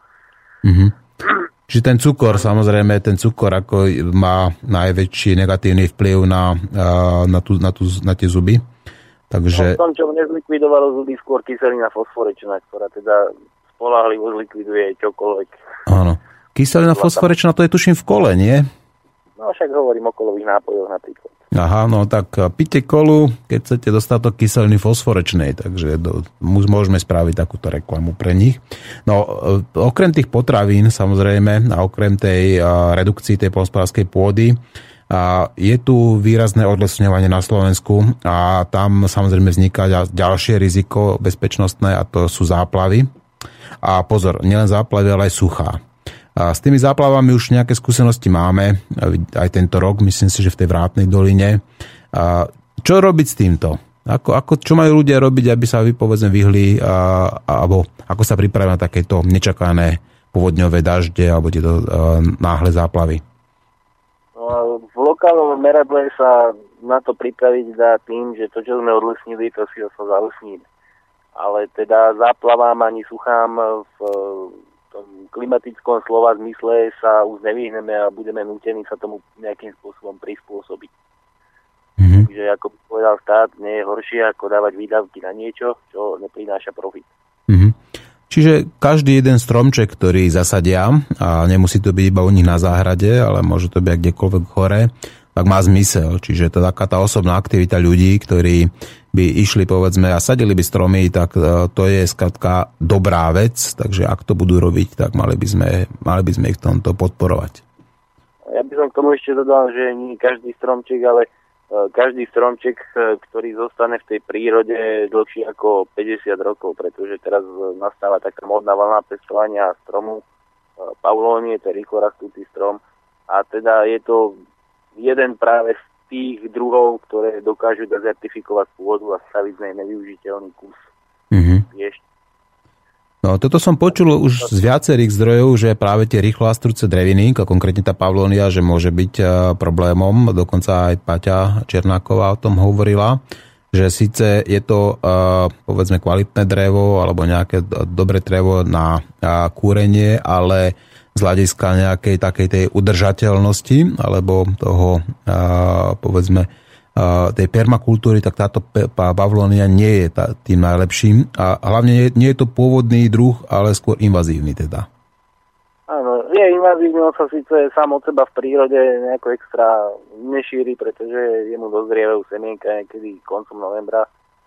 Čiže ten cukor, samozrejme, ako má najväčší negatívny vplyv na tie zuby. Takže...
No, v tom, čo nezlikvidovalo zuby, skôr kyselina fosforečná, ktorá teda spoľahlivo zlikviduje čokoľvek.
Áno. Kyselina fosforečná, to je tuším v kole, nie?
No však hovorím o kolových nápojoch napríklad.
Aha, no tak pite kolu, keď chcete dostatok kyseliny fosforečnej, takže môžeme spraviť takúto reklamu pre nich. No, okrem tých potravín, samozrejme, a okrem tej redukcii tej poľnohospodárskej pôdy, je tu výrazné odlesňovanie na Slovensku a tam samozrejme vzniká ďalšie riziko bezpečnostné a to sú záplavy. A pozor, nielen záplavy, ale aj suchá. A s tými záplavami už nejaké skúsenosti máme, aj tento rok, myslím si, že v tej Vrátnej doline. A čo robiť s týmto? Čo majú ľudia robiť, aby sa povedzme vyhli, alebo ako sa pripravia na takéto nečakané povodňové dažde alebo tieto náhle záplavy?
V lokálnom meradle sa na to pripraviť dá tým, že to, čo sme odlesnili, to si sa zalesníme. Ale teda záplavám ani suchám v tom klimatickom slova zmysle sa už nevyhneme a budeme nútení sa tomu nejakým spôsobom prispôsobiť. Takže ako povedal štát, nie je horšie ako dávať výdavky na niečo, čo neprináša profit.
Čiže každý jeden stromček, ktorý zasadia, a nemusí to byť iba u nich na záhrade, ale môže to byť kdekoľvek hore, tak má zmysel. Čiže to taká tá osobná aktivita ľudí, ktorí by išli povedzme a sadili by stromy, tak to je skrátka dobrá vec, takže ak to budú robiť, tak mali by sme ich v tomto podporovať.
Ja by som k tomu ešte dodal, že nie každý stromček, ale každý stromček, ktorý zostane v tej prírode dlhšie ako 50 rokov, pretože teraz nastáva taká modná vlna pestovania stromu Paulónie, to je rýchlo rastúci strom, a teda je to jeden práve z tých druhov, ktoré dokážu dezertifikovať pôdu a spraviť z nej nevyužiteľný kus.
No, toto som počul už z viacerých zdrojov, že práve tie rýchlo rastúce dreviny, konkrétne tá Paulónia, že môže byť problémom, dokonca aj Paťa Černáková o tom hovorila, že síce je to povedzme kvalitné drevo alebo nejaké dobré drevo na kúrenie, ale z hľadiska nejakej takej tej udržateľnosti alebo toho povedzme tej permakultúry, tak táto Paulónia nie je tým najlepším a hlavne nie je to pôvodný druh, ale skôr invazívny teda.
Áno, je invazívny, on sa síce sám od seba v prírode nejako extra nešíri, pretože jemu dozrievajú semienka niekedy koncom novembra,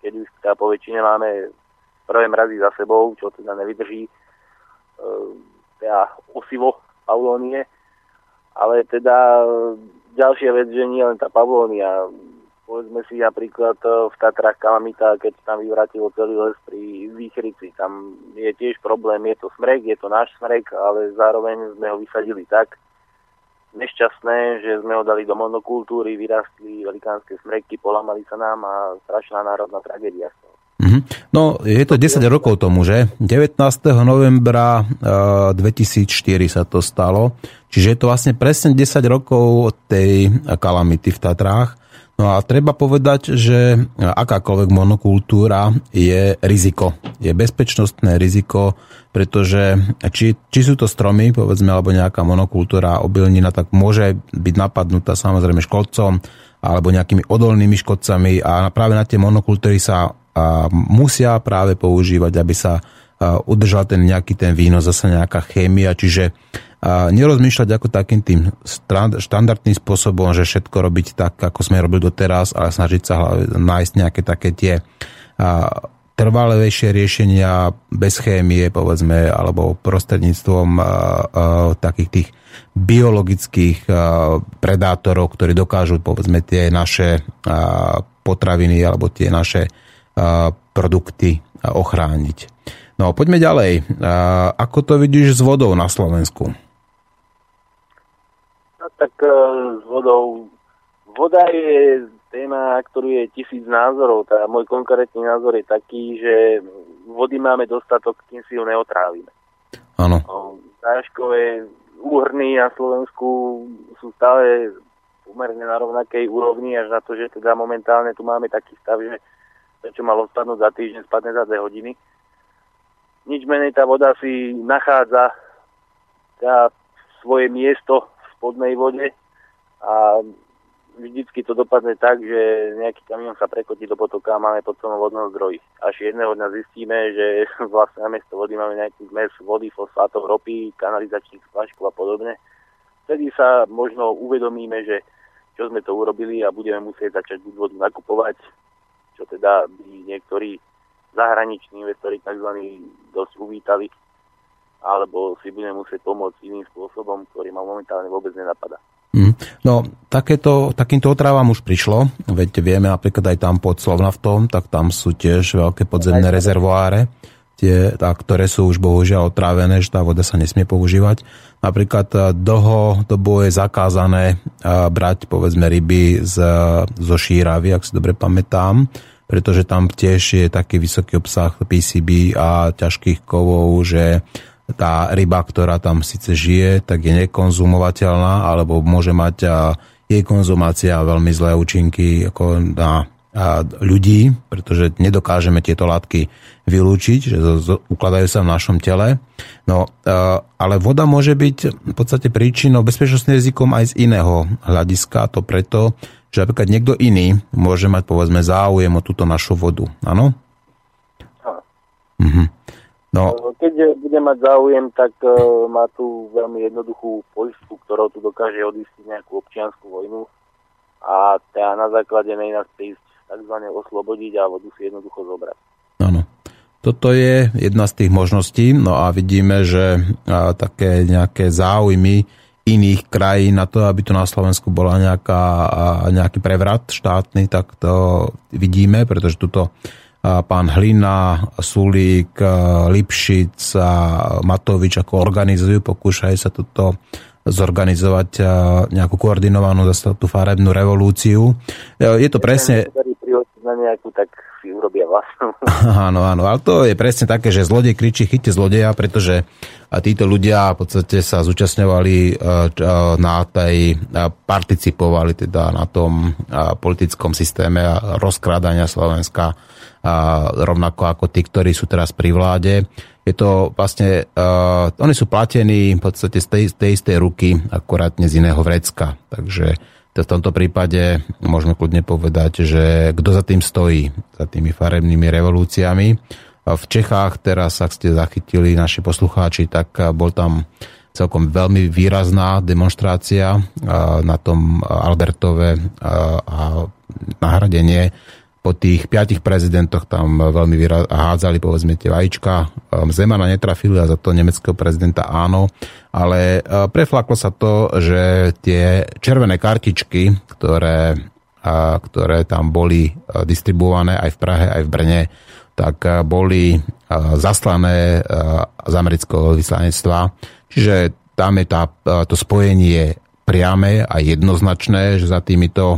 keď už teda po väčšine máme prvé mrazy za sebou, čo teda nevydrží teda osivo Pavlónie. Ale teda ďalšia vec, že nie len tá Pavlónia. Povedzme si napríklad v Tatrách Kalamita, keď tam vyvratilo celý les pri Výchrici. Tam je tiež problém, je to smrek, je to náš smrek, ale zároveň sme ho vysadili tak nešťastné, že sme ho dali do monokultúry, vyrastli velikánske smreky, polamali sa nám a strašná národná tragédia.
No, je to 10 rokov tomu, že? 19. novembra 2004 sa to stalo. Čiže je to vlastne presne 10 rokov od tej kalamity v Tatrách. No a treba povedať, že akákoľvek monokultúra je riziko. Je bezpečnostné riziko, pretože či sú to stromy, povedzme, alebo nejaká monokultúra, obilnina, tak môže byť napadnutá samozrejme škodcom alebo nejakými odolnými škodcami a práve na tie monokultúry sa musia práve používať, aby sa udržal ten nejaký ten výnos, zase nejaká chémia, čiže nerozmýšľať ako takým tým štandardným spôsobom, že všetko robiť tak, ako sme robili doteraz, ale snažiť sa nájsť nejaké také tie trvalejšie riešenia bez chémie, povedzme, alebo prostredníctvom takých tých biologických predátorov, ktorí dokážu, povedzme, tie naše potraviny alebo tie naše produkty ochrániť. No, poďme ďalej. Ako to vidíš s vodou na Slovensku?
No, tak s vodou. Voda je téma, ktorú je 1000 názorov. Tá môj konkrétny názor je taký, že vody máme dostatok, kým si ju neotrávime.
Áno.
Zážkové úhrny na Slovensku sú stále pomerne na rovnakej úrovni, až na to, že teda momentálne tu máme taký stav, že to, čo malo spadnúť za týždeň, spadne za 2 hodiny. Nič menej tá voda si nachádza svoje miesto v spodnej vode a vždycky to dopadne tak, že nejaký kamión sa prekotí do potoka a máme pod celom vodnom zdroji. Až jedného dňa zistíme, že vlastne namiesto vody máme nejaký zmes vody, fosfátov, ropy, kanalizačných splaškov a podobne. Vtedy sa možno uvedomíme, že čo sme to urobili a budeme musieť začať buď vodu nakupovať, čo teda by niektorí zahraniční investori tzv. Dosť uvítali, alebo si budeme musieť pomôcť iným spôsobom, ktorý ma momentálne vôbec nenapadá.
No, takýmto otrávam už prišlo, veď vieme napríklad aj tam pod Slovnaftom, tak tam sú tiež veľké podzemné rezervoáre, ktoré sú už bohužiaľ otrávené, že tá voda sa nesmie používať. Napríklad dlhodobo je zakázané brať, povedzme, ryby zo Šíravy, ak si dobre pamätám, pretože tam tiež je taký vysoký obsah PCB a ťažkých kovov, že tá ryba, ktorá tam síce žije, tak je nekonzumovateľná, alebo môže mať jej konzumácia veľmi zlé účinky ako na ľudí, pretože nedokážeme tieto látky vylúčiť, že ukladajú sa v našom tele. No, ale voda môže byť v podstate príčinou bezpečnostným rizikom aj z iného hľadiska, to preto, že napríklad niekto iný môže mať, povedzme, záujem o túto našu vodu. Áno? No.
Keď bude mať záujem, tak má tu veľmi jednoduchú poistku, ktorou tu dokáže odísť nejakú občiansku vojnu a teda na základe nej nás prísť takzvané oslobodiť a vodu si jednoducho zobrať.
Áno. Toto je jedna z tých možností, no a vidíme, že také nejaké záujmy iných krajín na to, aby tu na Slovensku bola nejaký prevrat štátny, tak to vidíme, pretože tuto pán Hlina, Sulík, Lipšic a Matovič ako organizujú, pokúšajú sa toto zorganizovať nejakú koordinovanú tú farebnú revolúciu. Je to presne...
Na nejakú, tak si urobia vlastnú.
Áno, ale to je presne také, že zlodej kričí chyťte zlodeja, pretože títo ľudia v podstate sa zúčastňovali participovali teda na tom politickom systéme rozkrádania Slovenska, rovnako ako tí, ktorí sú teraz pri vláde. Je to vlastne, oni sú platení v podstate z tej istej ruky, akorát z iného vrecka. Takže v tomto prípade môžeme kľudne povedať, že kto za tým stojí, za tými farebnými revolúciami. V Čechách teraz, ak ste zachytili naši poslucháči, tak bol tam celkom veľmi výrazná demonštrácia na tom Albertove a nahradenie po tých 5 prezidentoch tam veľmi hádzali, povedzme, tie vajíčka. Zemana netrafili a za to nemeckého prezidenta áno, ale preflaklo sa to, že tie červené kartičky, ktoré tam boli distribuované aj v Prahe, aj v Brne, tak boli zaslané z amerického vyslanectva. Čiže tam je to spojenie priame a jednoznačné, že za týmito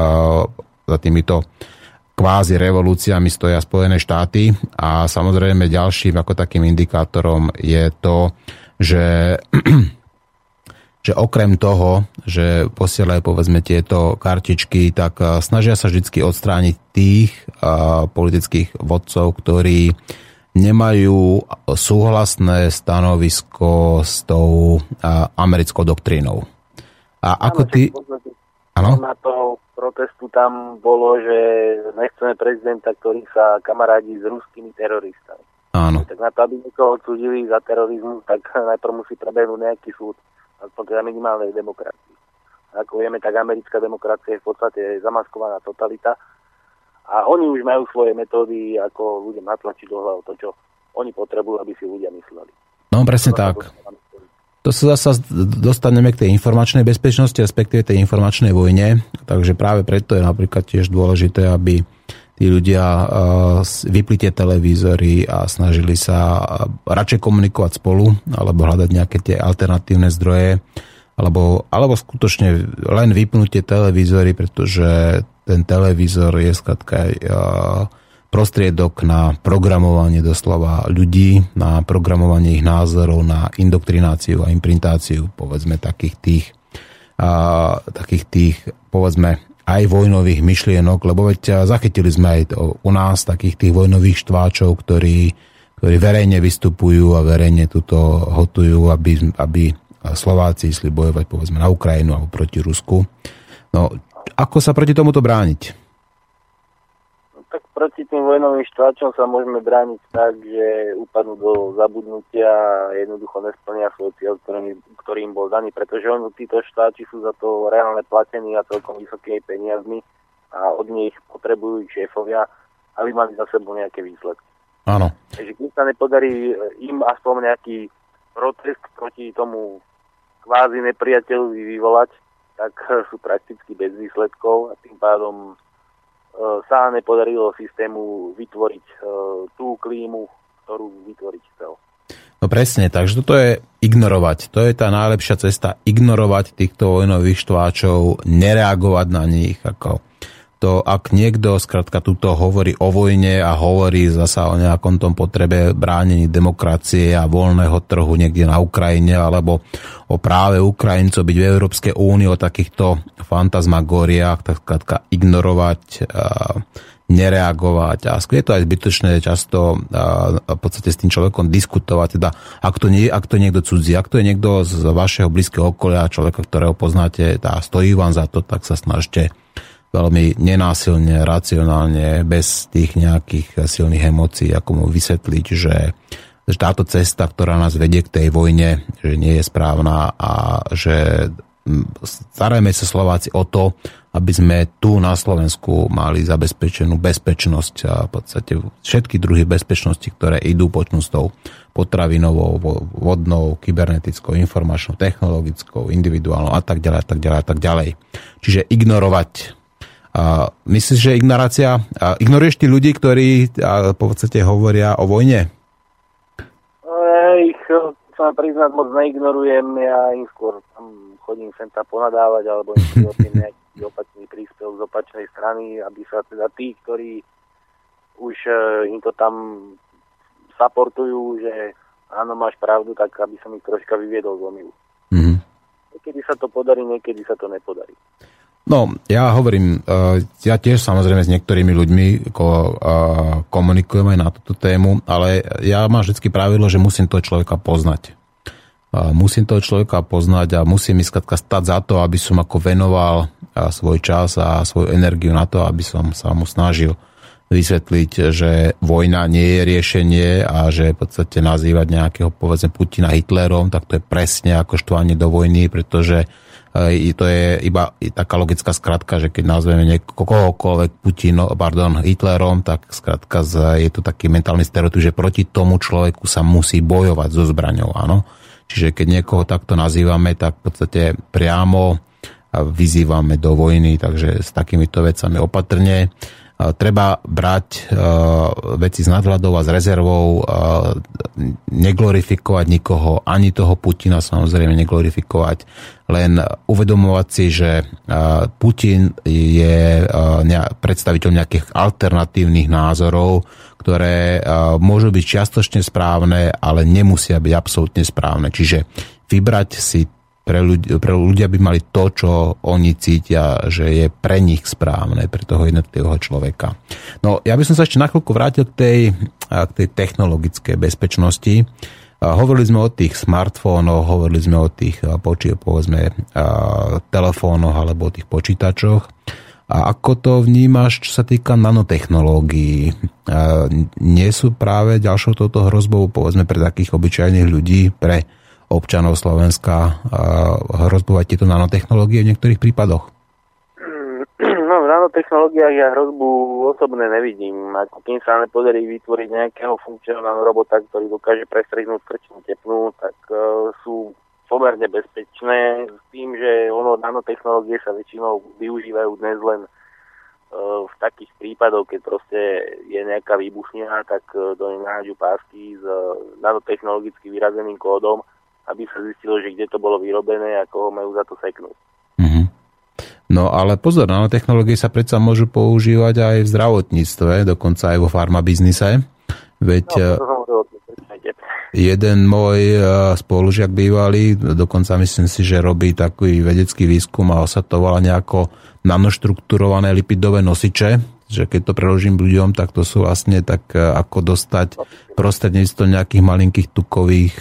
kvázi revolúciami stoja Spojené štáty a samozrejme ďalším ako takým indikátorom je to, že okrem toho, že posielajú povedzme tieto kartičky, tak snažia sa vždy odstrániť tých politických vodcov, ktorí nemajú súhlasné stanovisko s tou americkou doktrínou. A ako ty... Áno?
Na to protestu tam bolo, že nechceme prezidenta, ktorý sa kamarádi s ruskými teroristami.
Áno.
Tak na to, aby niekoho odsúdili za terorizmus, tak najprv musí prebehnúť nejaký súd. Aspoň teda minimálnej demokracii. Ako vieme, tak americká demokracia je v podstate zamaskovaná totalita. A oni už majú svoje metódy, ako ľuďom natlačiť do hlavy to, čo oni potrebujú, aby si ľudia mysleli.
No, presne tak. To sa zasa dostaneme k tej informačnej bezpečnosti, respektíve tej informačnej vojne. Takže práve preto je napríklad tiež dôležité, aby tí ľudia vypli tie televízory a snažili sa radšej komunikovať spolu, alebo hľadať nejaké tie alternatívne zdroje, alebo skutočne len vypnúť tie televízory, pretože ten televízor je skrátka prostriedok na programovanie doslova ľudí, na programovanie ich názorov, na indoktrináciu a imprintáciu, povedzme, takých tých, povedzme, aj vojnových myšlienok, lebo veď zachytili sme aj u nás takých tých vojnových štváčov, ktorí verejne vystupujú a verejne tuto hotujú, aby Slováci išli bojovať, povedzme, na Ukrajinu alebo proti Rusku. No, ako sa proti tomuto brániť?
Tak proti tým vojnovým štváčom sa môžeme brániť tak, že upadnú do zabudnutia a jednoducho nesplnia svoj cieľ, ktorým bol daný, pretože títo štváči sú za to reálne platení a celkom vysokými peniazmi a od nich potrebujú šéfovia, aby mali za sebou nejaké výsledky.
Áno.
Takže keď sa nepodarí im aspoň nejaký protest proti tomu kvázi nepriateľovi vyvolať, tak sú prakticky bez výsledkov a tým pádom sa nepodarilo systému vytvoriť tú klímu, ktorú vytvoriť chcel.
No presne, takže toto je ignorovať. To je tá najlepšia cesta, ignorovať týchto vojnových štváčov, nereagovať na nich. To, ak niekto skrátka tuto hovorí o vojne a hovorí zasa o nejakom tom potrebe bránení demokracie a voľného trhu niekde na Ukrajine alebo o práve Ukrajincov byť v Európskej únii, o takýchto fantasmagóriách, tak skrátka ignorovať, nereagovať a skôr je to aj zbytočné často v podstate s tým človekom diskutovať, teda ak to je niekto cudzí, ak to je niekto z vašeho blízkeho okolia, človeka, ktorého poznáte a stojí vám za to, tak sa snažte veľmi nenásilne, racionálne, bez tých nejakých silných emócií, ako mu vysvetliť, že táto cesta, ktorá nás vedie k tej vojne, že nie je správna a že starajme sa Slováci o to, aby sme tu na Slovensku mali zabezpečenú bezpečnosť a v podstate všetky druhy bezpečnosti, ktoré idú počnú s tou potravinovou, vodnou, kybernetickou, informačnou, technologickou, individuálnou a tak ďalej, a tak ďalej, a tak ďalej. Čiže ignorovať. Myslíš, že ignorácia... Ignoruješ tí ľudí, ktorí v podstate hovoria o vojne?
Ja ich, sa priznať, moc neignorujem. Ja im skôr chodím sem tam ponadávať, alebo im prihodím nejaký opačný príspevok z opačnej strany, aby sa teda tí, ktorí už im to tam supportujú, že áno, máš pravdu, tak aby som ich troška vyviedol z omylu. Mm-hmm. Niekedy sa to podarí, niekedy sa to nepodarí.
No, ja hovorím, ja tiež samozrejme s niektorými ľuďmi komunikujem aj na túto tému, ale ja mám vždy pravidlo, že musím toho človeka poznať. Musím toho človeka poznať a musím skrátka stať za to, aby som ako venoval svoj čas a svoju energiu na to, aby som sa mu snažil vysvetliť, že vojna nie je riešenie a že v podstate nazývať nejakého, povedzme, Putina Hitlerom, tak to je presne ako štvanie do vojny, pretože To je iba taká logická skratka, že keď nazveme kohokoľvek Hitlerom, tak skratka je to taký mentálny stereotyp, že proti tomu človeku sa musí bojovať so zbraňou, áno. Čiže keď niekoho takto nazývame, tak v podstate priamo vyzývame do vojny, takže s takýmito vecami opatrne. Treba brať veci s nadhľadou a s rezervou, neglorifikovať nikoho, ani toho Putina samozrejme neglorifikovať, len uvedomovať si, že Putin je predstaviteľ nejakých alternatívnych názorov, ktoré môžu byť čiastočne správne, ale nemusia byť absolútne správne. Čiže vybrať si pre ľudia by mali to, čo oni cítia, že je pre nich správne, pre toho jednotlivého človeka. No, ja by som sa ešte na chvíľku vrátil k tej technologickej bezpečnosti. Hovorili sme o tých smartfónoch, hovorili sme o tých telefónoch alebo o tých počítačoch. A ako to vnímaš, čo sa týka nanotechnológií? Nie sú práve ďalšou touto hrozbou, povedzme, pre takých obyčajných ľudí, pre občanov Slovenska hrozbovať tieto nanotechnológie v niektorých prípadoch?
No, v nanotechnológiách ja hrozbu osobne nevidím. Ako kým sa nepodarí vytvoriť nejakého funkčného nanorobota, ktorý dokáže prestrihnúť krčnú tepnu, tak sú pomerne bezpečné s tým, že nanotechnológie sa väčšinou využívajú dnes len v takých prípadoch, keď proste je nejaká výbušnina, tak do nej nájdú pásky s nanotechnologicky vyrazeným kódom, aby sa zistilo, že kde to bolo vyrobené a koho majú za to seknúť. Mm-hmm.
No ale pozor, nanotechnológie sa predsa môžu používať aj v zdravotníctve, dokonca aj vo farmabiznise. Veď jeden môj spolužiak bývalý, dokonca myslím si, že robí taký vedecký výskum a sa to volá nejako nanoštruktúrované lipidové nosiče, že keď to preložím ľuďom, tak to sú vlastne tak, ako dostať prostredníctvom nejakých malinkých tukových,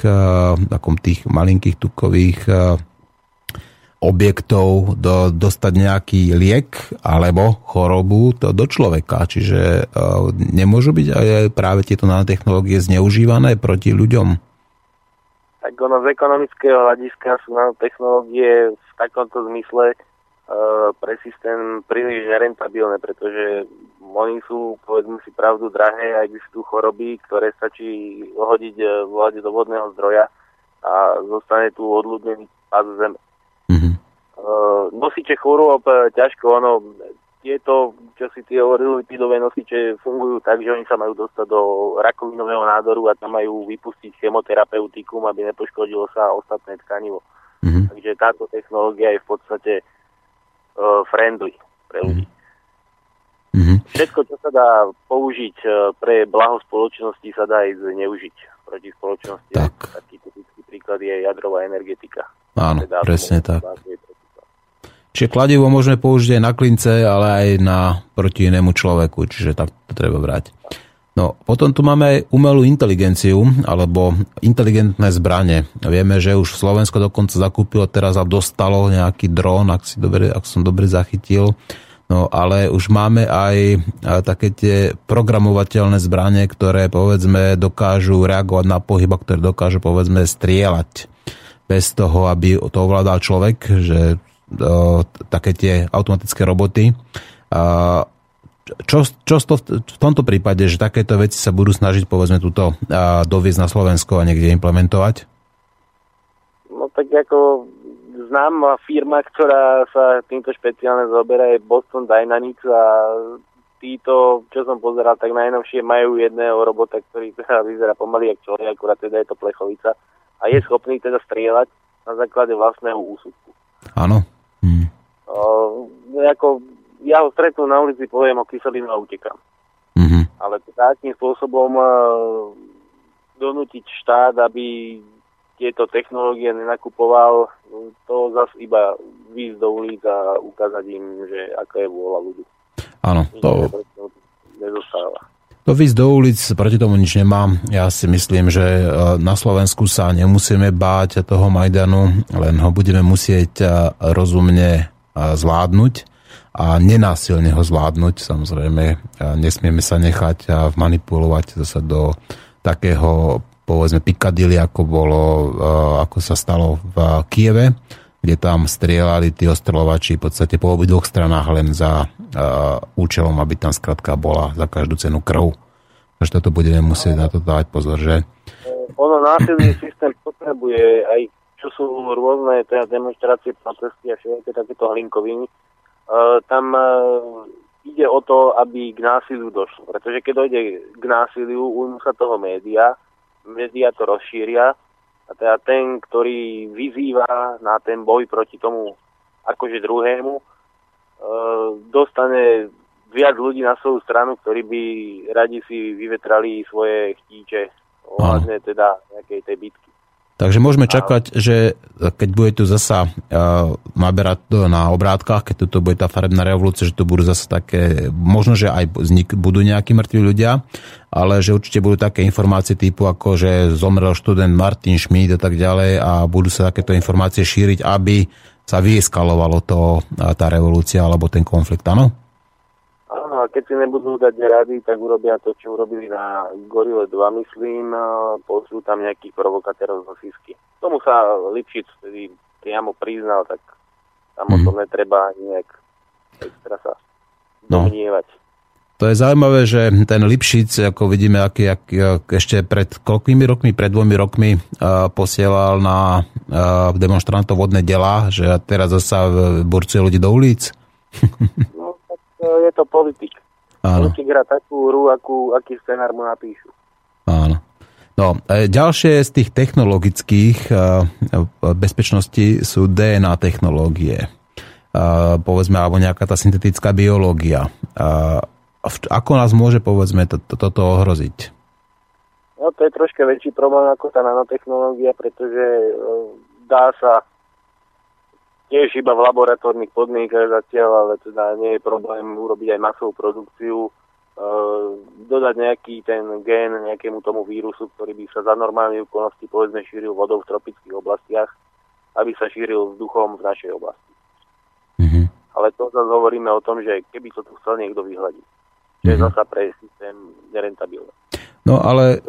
objektov dostať nejaký liek alebo chorobu do človeka. Čiže nemôžu byť aj práve tieto nanotechnológie zneužívané proti ľuďom?
Tak z ekonomického hľadiska sú nanotechnológie v takomto zmysle pre systém príliš nerentabilné, pretože oni sú, povedzme si pravdu, drahé a existujú choroby, ktoré stačí hodiť do vodného zdroja a zostane tu odľudnený pás zeme. Mm-hmm. Nosiče chorôb ťažko, tieto, čo si ty hovoril, lipidové nosiče fungujú tak, že oni sa majú dostať do rakovinového nádoru a tam majú vypustiť chemoterapeutikum, aby nepoškodilo sa ostatné tkanivo. Mm-hmm. Takže táto technológia je v podstate friendly pre ľudí. Mm-hmm. Všetko, čo sa dá použiť pre blaho spoločnosti, sa dá aj zneužiť proti spoločnosti. Taký typický príklad je jadrová energetika.
Áno, presne tak. Čiže kladivo môžeme použiť aj na klince, ale aj proti inému človeku, čiže tak to treba brať. No, potom tu máme aj umelú inteligenciu, alebo inteligentné zbrane. Vieme, že už Slovensko dokonca zakúpilo teraz a dostalo nejaký dron, ak som dobre zachytil. No, ale už máme aj také tie programovateľné zbrane, ktoré, povedzme, dokážu reagovať na pohyb, ktoré dokážu, povedzme, strieľať bez toho, aby to ovládal človek, že také tie automatické roboty. Čo v tomto prípade, že takéto veci sa budú snažiť, povedzme, túto doviesť na Slovensko a niekde implementovať?
No tak ako známa firma, ktorá sa týmto špeciálne zaoberá, je Boston Dynamics a títo, čo som pozeral, tak najnovšie majú jedného robota, ktorý teda vyzerá pomaly jak človek, akurát teda je to plechovica a je schopný teda strieľať na základe vlastného úsudku.
Áno.
Ja ho stretnú na ulici, poviem o kyselinu a utekám. Mm-hmm. Ale takým spôsobom donútiť štát, aby tieto technológie nenakupoval, to zase iba výjsť do ulic a ukázať im, že aká je vôľa ľudí.
Áno, to
nezostáva.
To výjsť do ulic, proti tomu nič nemám. Ja si myslím, že na Slovensku sa nemusíme báť toho Majdanu, len ho budeme musieť rozumne zvládnuť a nenásilne ho zvládnuť. Samozrejme, nesmieme sa nechať manipulovať zase do takého, povedzme, Piccadilly, ako sa stalo v Kieve, kde tam strieľali tí ostreľovači v podstate po obidvoch stranách len za účelom, aby tam skrátka bola za každú cenu krv. Takže toto budeme musieť na to dávať pozor, že?
Ono násilný systém potrebuje aj, čo sú rôzne teda demonstrácie, protesty a všetky takéto hlinkoviny. Tam ide o to, aby k násiliu došlo. Pretože keď dojde k násiliu, ujmú sa toho média to rozšíria a teda ten, ktorý vyzýva na ten boj proti tomu akože druhému, dostane viac ľudí na svoju stranu, ktorí by radi si vyvetrali svoje chtíče ohľadne teda nejakej tej bitky.
Takže môžeme čakať, že keď bude tu zasa naberať na obrátkach, keď tu bude tá farebná revolúcia, že tu budú zasa také, možno, že aj budú nejakí mŕtvi ľudia, ale že určite budú také informácie typu, ako že zomrel študent Martin Schmidt a tak ďalej a budú sa takéto informácie šíriť, aby sa vyeskalovalo tá revolúcia alebo ten konflikt, áno?
Áno, a keď si nebudú dať rady, tak urobia to, čo urobili na Gorile 2, myslím, pošlú tam nejakých provokatérov zo Sisky. Tomu sa Lipšic vtedy priamo priznal, tak tam o tom netreba nejak extra sa domnievať.
To je zaujímavé, že ten Lipšic, ako vidíme, aký ešte pred koľkými rokmi, pred 2 rokmi posielal na demonstrantov vodné delá, že teraz zasa burcuje ľudí do ulic.
No, tak je to politik.
Áno.
Politik hrá takú hru, aký scenár mu napíšu.
Áno. No, ďalšie z tých technologických bezpečností sú DNA technológie. Povedzme, alebo nejaká tá syntetická biológia. Ako nás môže, povedzme, toto ohroziť?
No, to je troška väčší problém ako tá nanotechnológia, pretože dá sa tiež iba v laboratórnych podmienkach zatiaľ, ale teda nie je problém urobiť aj masovú produkciu, dodať nejaký ten gén nejakému tomu vírusu, ktorý by sa za normálnej okolnosti povedzme šíril vodou v tropických oblastiach, aby sa šíril vzduchom v našej oblasti. Mm-hmm. Ale to zase hovoríme o tom, že keby to tu chcel niekto vyhľadiť, že je zasa pre systém nerentabilné.
No ale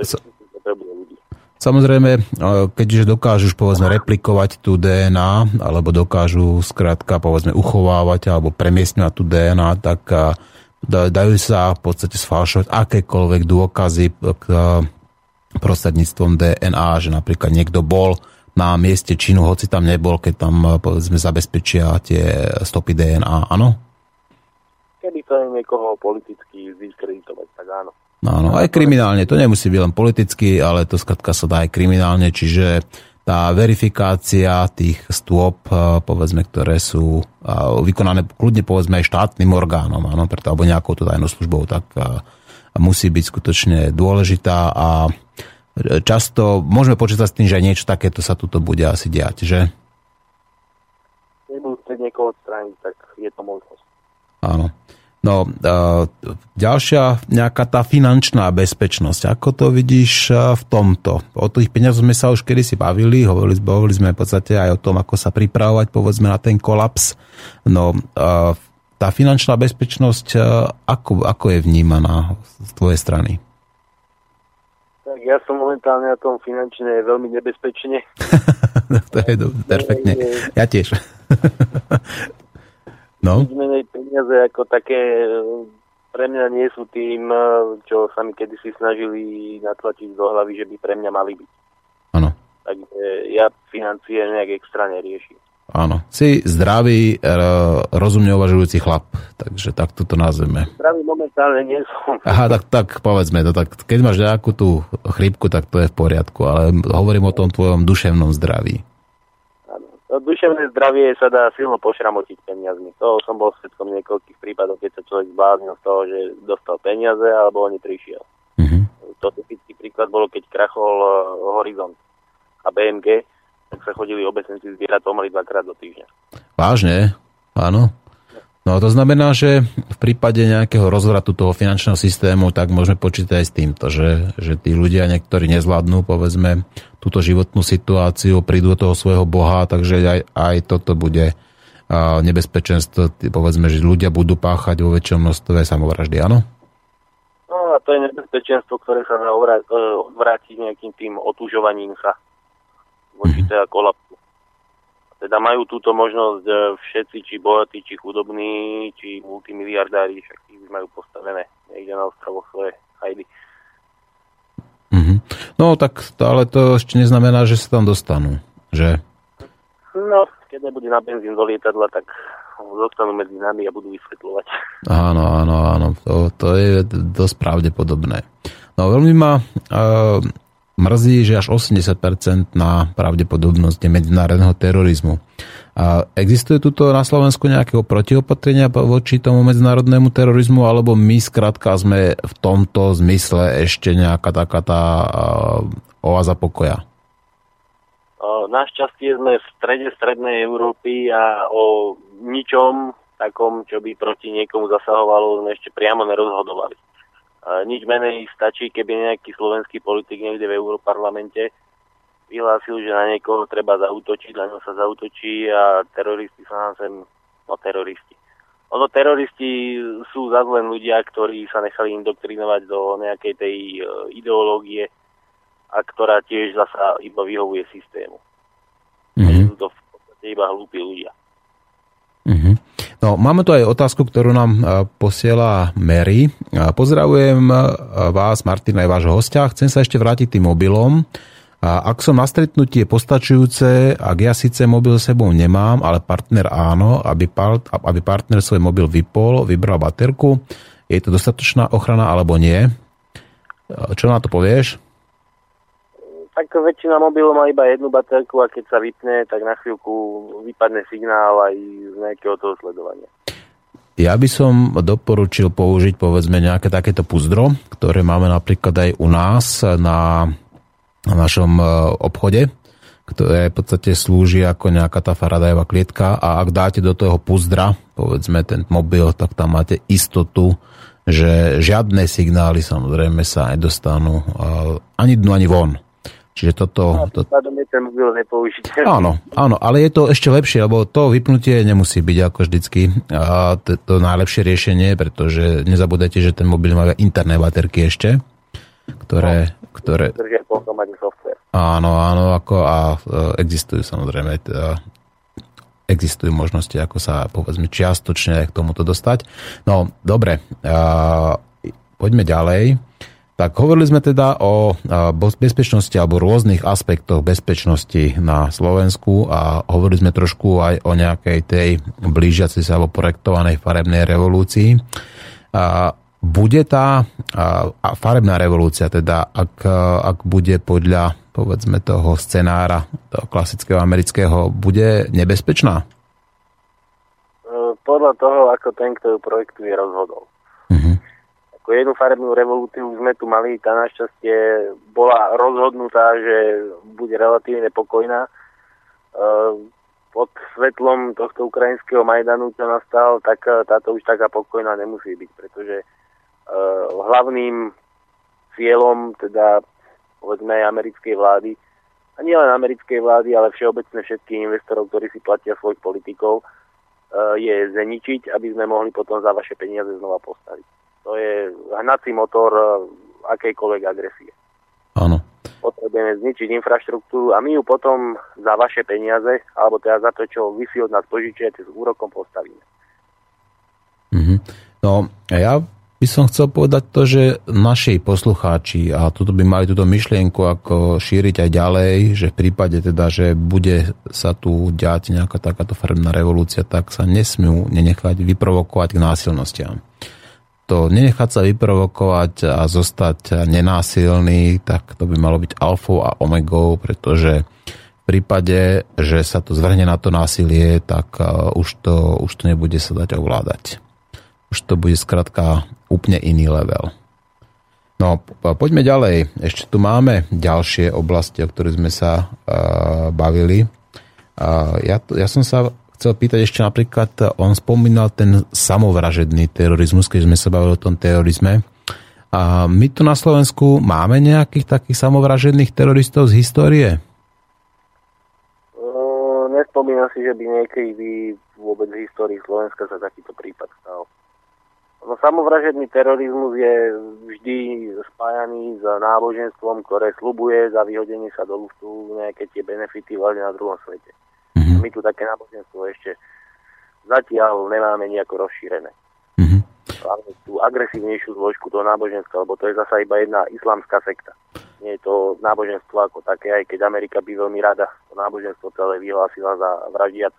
samozrejme, keďže dokážu povedzme replikovať tú DNA, alebo dokážu skrátka povedzme uchovávať alebo premiestňovať tú DNA, tak dajú sa v podstate sfalšovať akékoľvek dôkazy prostredníctvom DNA, že napríklad niekto bol na mieste činu, hoci tam nebol, keď tam povedzme zabezpečia tie stopy DNA, áno?
Keby to niekoho politicky diskreditovať, tak áno.
Áno, aj kriminálne, to nemusí byť len politicky, ale to skrátka sa dá aj kriminálne, čiže tá verifikácia tých stôp, povedzme, ktoré sú vykonané kľudne povedzme aj štátnym orgánom, áno, preto, alebo nejakou to tajnou službou, tak musí byť skutočne dôležitá a často môžeme počítať s tým, že niečo takéto sa tuto bude asi diať, že?
Nebudú chcieť niekoho odstrániť, tak je to možnosť. Áno.
No, ďalšia nejaká tá finančná bezpečnosť. Ako to vidíš v tomto? O tých peniazoch sme sa už kedysi bavili, hovorili sme v podstate aj o tom, ako sa pripravovať, povedzme, na ten kolaps. No, tá finančná bezpečnosť, ako je vnímaná z tvojej strany?
Tak ja som momentálne na tom finančne veľmi nebezpečne.
To je perfektne. Ja tiež. No.
Menej peniaze ako také pre mňa nie sú tým, čo sa mi kedysi snažili natlačiť do hlavy, že by pre mňa mali byť.
Áno.
Takže ja financie nejak extra neriešim.
Áno. Si zdravý, rozumne uvažujúci chlap, takže takto to nazveme.
Zdravý momentálne nie som.
Aha, tak povedzme to. Tak, keď máš nejakú tú chrípku, tak to je v poriadku, ale hovorím o tom tvojom duševnom zdraví.
Duševné zdravie sa dá silno pošramotiť peniazmi. To som bol svedkom niekoľkých prípadov, keď sa človek zbláznil z toho, že dostal peniaze alebo on neprišiel. Mm-hmm. To typický príklad bolo, keď krachol Horizont a BMG, tak sa chodili obecenci zbierať pomaly 2-krát do týždňa.
Vážne? Áno. No to znamená, že v prípade nejakého rozvratu toho finančného systému, tak môžeme počítať aj s týmto, že tí ľudia niektorí nezvládnu, povedzme, túto životnú situáciu, prídu do toho svojho boha, takže aj toto bude nebezpečenstvo, povedzme, že ľudia budú páchať vo väčšom množstve samovraždy, áno?
No a to je nebezpečenstvo, ktoré sa dá odvrátiť nejakým tým otúžovaním sa voči teda kolapsu. Teda majú túto možnosť všetci, či bohatí, či chudobní, či multimiliardári, však ich majú postavené niekde na ostrovoch svoje chajdy.
Mm-hmm. No tak, ale to ešte neznamená, že sa tam dostanú, že?
No, keď nebude na benzín do lietadla, tak zostanú medzi nami a budú vysvetľovať.
Áno, to je dosť pravdepodobné. No veľmi ma mrzí, že až 80% na pravdepodobnosť medzinárodného terorizmu. A existuje tuto na Slovensku nejakého protiopatrenia voči tomu medzinárodnému terorizmu, alebo my skrátka sme v tomto zmysle ešte nejaká taká tá oáza pokoja?
Našťastie sme v strede strednej Európy a o ničom takom, čo by proti niekomu zasahovalo, sme ešte priamo nerozhodovali. Nič menej stačí, keby nejaký slovenský politik niekde v Európarlamente vyhlásil, že na niekoho treba zaútočiť, na ňo sa zaútočí a teroristi sa nám sem, teroristi. Teroristi sú zase len ľudia, ktorí sa nechali indoktrinovať do nejakej tej ideológie a ktorá tiež zasa iba vyhovuje systému. Sú to v podstate iba hlúpi ľudia.
Mm-hmm. No, máme tu aj otázku, ktorú nám posiela Mary. Pozdravujem vás, Martin, aj vášho hostia. Chcem sa ešte vrátiť tým mobilom. Ak som na stretnutí, je postačujúce, ak ja síce mobil s sebou nemám, ale partner áno, aby partner svoj mobil vypol, vybral baterku. Je to dostatočná ochrana alebo nie? Čo na to povieš?
Tak väčšina mobilov má iba jednu baterku a keď sa vypne, tak na chvíľku vypadne signál aj z nejakého toho sledovania.
Ja by som doporučil použiť povedzme nejaké takéto puzdro, ktoré máme napríklad aj u nás na našom obchode, ktoré v podstate slúži ako nejaká tá Faradayova klietka a ak dáte do toho puzdra, povedzme ten mobil, tak tam máte istotu, že žiadne signály samozrejme sa nedostanú ani dnu, ani von. Čiže toto...
Pádom je ten mobil nepoužiteľný.
Áno, ale je to ešte lepšie, lebo to vypnutie nemusí byť ako vždycky to najlepšie riešenie, pretože nezabudajte, že ten mobil má interné baterky ešte, ktoré...
Držia pohľadne software.
Áno, existujú samozrejme existujú možnosti, ako sa povedzme čiastočne k tomuto dostať. No, dobre, poďme ďalej. Tak hovorili sme teda o bezpečnosti alebo rôznych aspektoch bezpečnosti na Slovensku a hovorili sme trošku aj o nejakej tej blížiacej sa alebo projektovanej farebnej revolúcii. Bude tá farebná revolúcia, teda ak bude podľa povedzme toho scenára, toho klasického amerického, bude nebezpečná?
Podľa toho, ako ten, kto ju projektuje, rozhodol. Jednu farebnú revolúciu sme tu mali, tá našťastie bola rozhodnutá, že bude relatívne pokojná. Pod svetlom tohto ukrajinského Majdanu, čo nastal, tak táto už taká pokojná nemusí byť, pretože hlavným cieľom, teda povedzme aj americkej vlády, a nielen americkej vlády, ale všeobecne všetkých investorov, ktorí si platia svojich politikov, je zničiť, aby sme mohli potom za vaše peniaze znova postaviť. To je hnací motor akejkoľvek agresie.
Áno.
Potrebujeme zničiť infraštruktúru a my ju potom za vaše peniaze, alebo teda za to, čo vy si od nás požičiate, s úrokom postavíme.
Mm-hmm. No, ja by som chcel povedať to, že naši poslucháči, a toto by mali túto myšlienku ako šíriť aj ďalej, že v prípade teda, že bude sa tu diať nejaká takáto farebná revolúcia, tak sa nesmú nenechať vyprovokovať k násilnostiam. To nenechať sa vyprovokovať a zostať nenásilný, tak to by malo byť alfou a omegou, pretože v prípade, že sa to zvrhne na to násilie, tak už to nebude sa dať ovládať. Už to bude skrátka úplne iný level. No, poďme ďalej. Ešte tu máme ďalšie oblasti, o ktorých sme sa bavili. Ja som sa chcel pýtať ešte napríklad, on spomínal ten samovražedný terorizmus, keď sme sa bavili o tom terorizme. A my tu na Slovensku máme nejakých takých samovražedných teroristov z histórie?
Nespomínam si, že by niekedy vôbec v histórii Slovenska sa takýto prípad stal. No, samovražedný terorizmus je vždy spájaný s náboženstvom, ktoré sľubuje za vyhodenie sa do luftu nejaké tie benefity vlastne na druhom svete. My tu také náboženstvo ešte zatiaľ nemáme nejako rozšírené. Ale tú agresívnejšiu zložku toho náboženstva, lebo to je zasa iba jedna islamská sekta. Nie je to náboženstvo ako také, aj keď Amerika by veľmi rada to náboženstvo celé vyhlásila za vraždiace.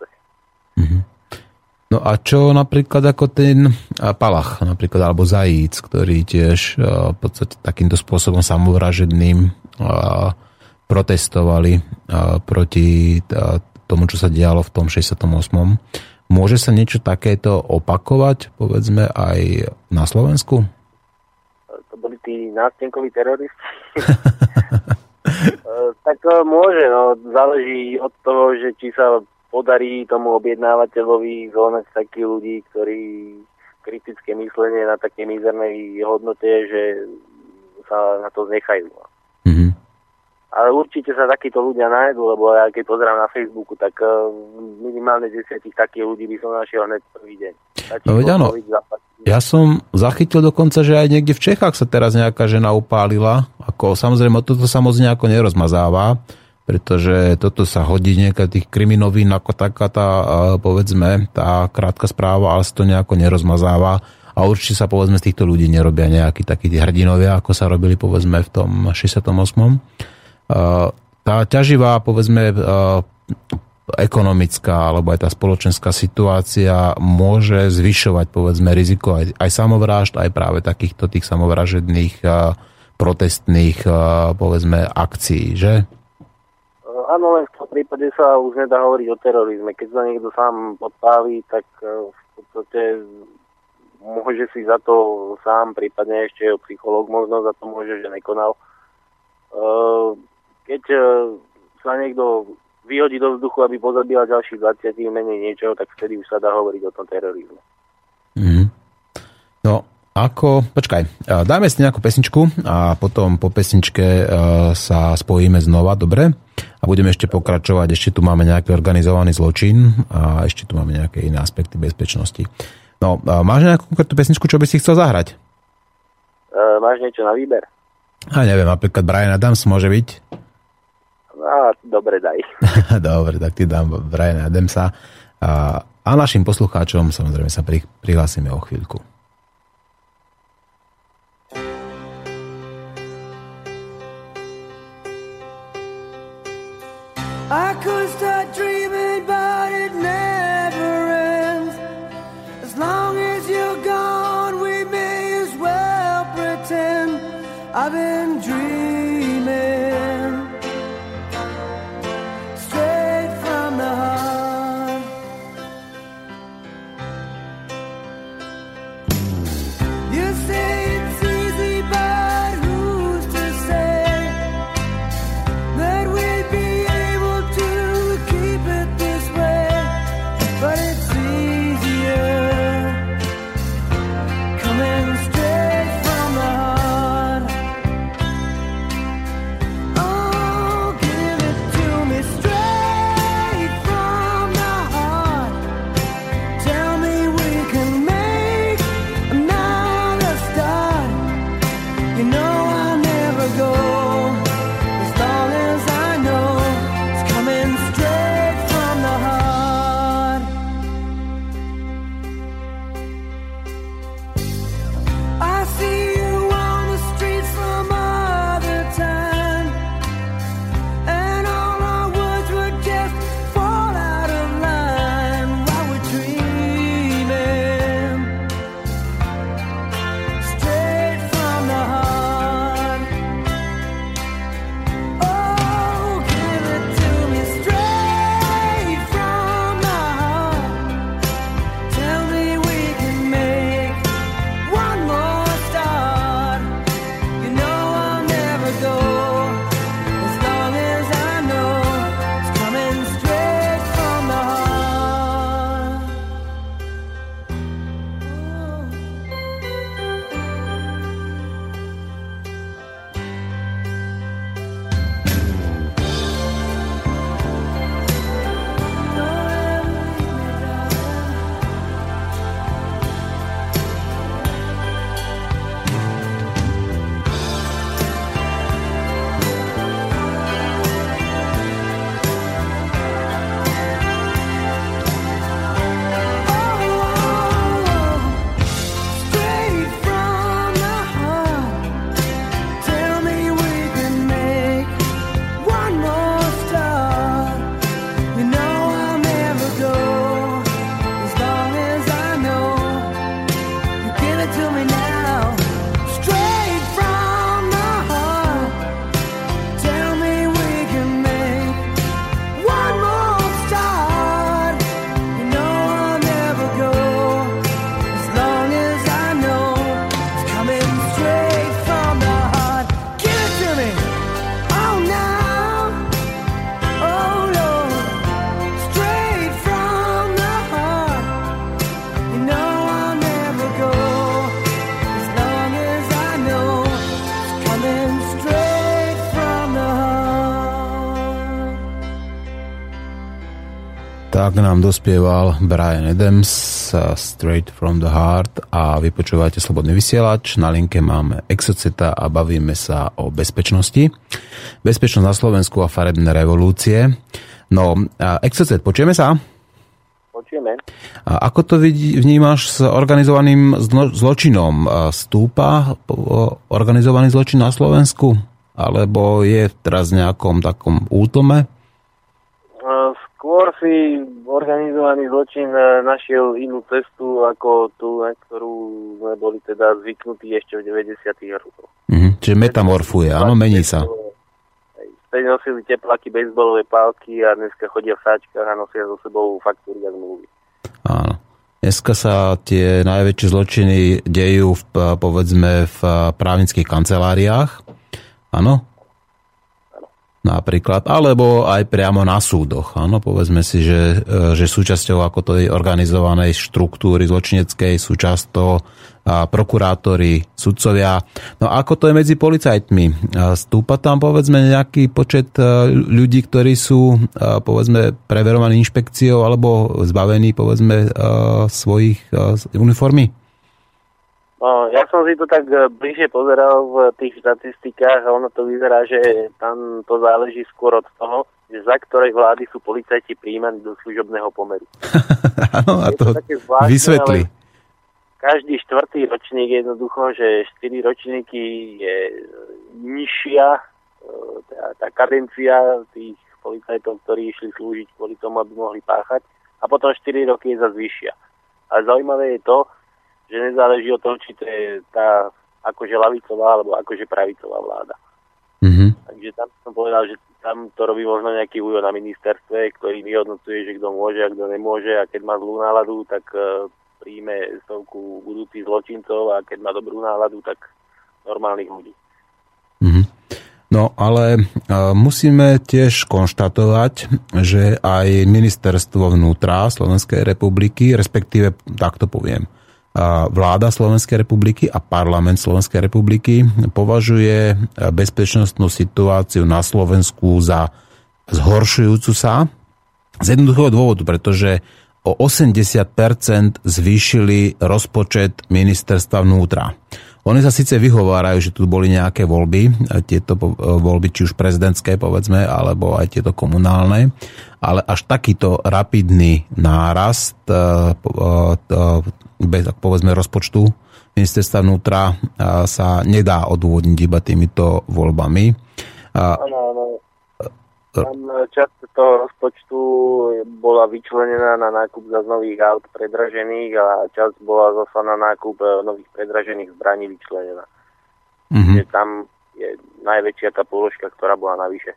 No a čo napríklad ako ten Palach, napríklad, alebo Zajíc, ktorý tiež v podstate takýmto spôsobom samovražedným protestovali proti tomu, čo sa dialo v tom 68. Môže sa niečo takéto opakovať, povedzme, aj na Slovensku?
To boli tí nástenkoví teroristi. Tak môže, no záleží od toho, že či sa podarí tomu objednávateľovi zohnať takých ľudí, ktorí kritické myslenie na také mizernej hodnote, že sa na to znechajú. Ale určite sa takíto ľudia nájdu, lebo ja keď pozerám na Facebooku, tak minimálne 10 takých ľudí by som našiel hneď prvý deň.
No veď áno, ja som zachytil dokonca, že aj niekde v Čechách sa teraz nejaká žena upálila. Ako, samozrejme, toto sa moc nejako nerozmazáva, pretože toto sa hodí nejaká tých kriminovín ako taká tá, povedzme, tá krátka správa, ale sa to nejako nerozmazáva. A určite sa, povedzme, z týchto ľudí nerobia nejakí takí tí hrdinovia, ako sa robili, povedzme, v tom 68. Tá ťaživá, povedzme, ekonomická alebo aj tá spoločenská situácia môže zvyšovať, povedzme, riziko aj samovrážd, aj práve takýchto tých samovražedných protestných, povedzme, akcií, že?
Áno, len v tom prípade sa už nedá hovoriť o terorizme. Keď sa niekto sám podpáli, tak v podstate môže si za to sám, prípadne ešte psychológ možno za to môže, že nekonal. Keď sa niekto vyhodí do vzduchu, aby pozabíjal ďalších 20 menej niečoho, tak vtedy už sa dá hovoriť o tom terorizme.
No, počkaj, dajme si nejakú pesničku a potom po pesničke sa spojíme znova, dobre? A budeme ešte pokračovať, ešte tu máme nejaký organizovaný zločin a ešte tu máme nejaké iné aspekty bezpečnosti. No, máš nejakú konkrétnu pesničku, čo by si chcel zahrať?
Máš niečo na výber?
Neviem, napríklad Bryan Adams môže byť?
Dobre, daj.
Dobre, tak ty dám Bryana Adamsa. A našim poslucháčom samozrejme sa prihlásime o chvíľku.
I could start dreaming, but it never ends. As long as you're gone, we may as well pretend I've been dreaming. Straight from the heart. You say it's easy, but who's to say that we'd be able to keep it this way? But it's easier coming straight from the heart. Oh, give it to me straight from the heart. Tell me we can make another start. You know I'll never go as long as I know it's coming straight from the heart. I see you on the street some other time, and all our words would just fall out of line while we're dreaming straight from the heart.
Tak nám dospieval Bryan Adams, Straight from the Heart, a vypočúvate Slobodný vysielač. Na linke máme Exoceta a bavíme sa o bezpečnosti. Bezpečnosť na Slovensku a farebné revolúcie. No, Exocet, počujeme sa?
Počujeme.
A ako to vnímaš s organizovaným zločinom? Stúpa organizovaný zločin na Slovensku? Alebo je teraz v nejakom takom útlme?
Skôr si organizovaný zločin našiel inú cestu ako tú, na ktorú sme boli teda zvyknutí ešte v 90. rokoch.
Čiže metamorfuje, áno, mení sa.
Vtedy nosili teplaky, bejsbolové pálky a dneska chodia v sáčkach a nosia so sebou faktúry a zmluvy. Áno.
Dneska sa tie najväčšie zločiny dejú povedzme v právnických kanceláriách. Áno? Napríklad, alebo aj priamo na súdoch. Áno, povedzme si, že súčasťou ako to je organizovanej štruktúry zločineckej sú často prokurátori, sudcovia. No ako to je medzi policajtmi? Stúpa tam povedzme nejaký počet ľudí, ktorí sú povedzme preverovaní inšpekciou alebo zbavení povedzme svojich uniformy?
No, ja som si to tak bližšie pozeral v tých štatistikách a ono to vyzerá, že tam to záleží skôr od toho, že za ktorej vlády sú policajti prijímaní do služobného pomeru.
Áno, a to vysvetli.
Každý štvrtý ročník jednoducho, že 4 ročníky je nižšia tá kadencia tých policajtov, ktorí išli slúžiť kvôli tomu, aby mohli páchať, a potom 4 roky je zase vyššia. A zaujímavé je to, že nezáleží od toho, či to je tá akože ľavicová alebo akože pravicová vláda. Takže tam som povedal, že tam to robí možno nejaký ujo na ministerstve, ktorý vyhodnocuje, že kto môže a kto nemôže, a keď má zlú náladu, tak príjme stovku budúcich zločincov, a keď má dobrú náladu, tak normálnych ľudí. No, ale musíme tiež konštatovať, že aj ministerstvo vnútra Slovenskej republiky, respektíve, takto poviem, vláda Slovenskej republiky a parlament Slovenskej republiky považuje bezpečnostnú situáciu na Slovensku za zhoršujúcu sa z jednoduchého dôvodu, pretože o 80% zvýšili rozpočet ministerstva vnútra. Oni sa síce vyhovárajú, že tu boli nejaké voľby, tieto voľby, či už prezidentské, povedzme, alebo aj tieto komunálne, ale až takýto rapidný nárast, povedzme, rozpočtu ministerstva vnútra sa nedá odôvodniť iba týmito voľbami. Tam časť toho rozpočtu bola vyčlenená na nákup za nových aut predražených a časť bola zasa na nákup nových predražených zbraní vyčlenená. Čiže tam je najväčšia tá položka, ktorá bola navyše.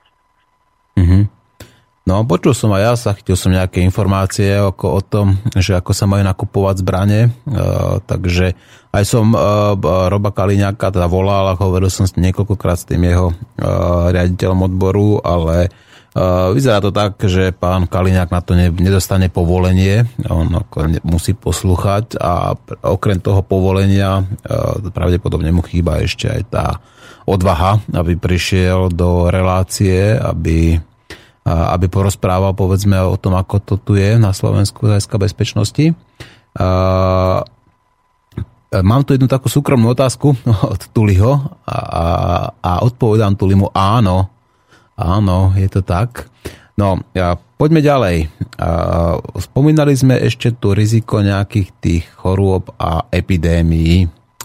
No, počul som aj ja, zachytil som nejaké informácie o tom, že ako sa majú nakupovať zbrane, takže aj som Roba Kaliňáka teda volal a hovoril som niekoľkokrát s tým jeho riaditeľom odboru, ale vyzerá to tak, že pán Kaliňák na to nedostane povolenie, on musí poslúchať, a okrem toho povolenia pravdepodobne mu chýba ešte aj tá odvaha, aby prišiel do relácie, aby porozprával povedzme o tom, ako to tu je na Slovensku z hľadiska bezpečnosti. Mám tu jednu takú súkromnú otázku od Tuliho a odpovedám Tulimu áno, je to tak. No, poďme ďalej. Spomínali sme ešte tu riziko nejakých tých chorôb a epidémií.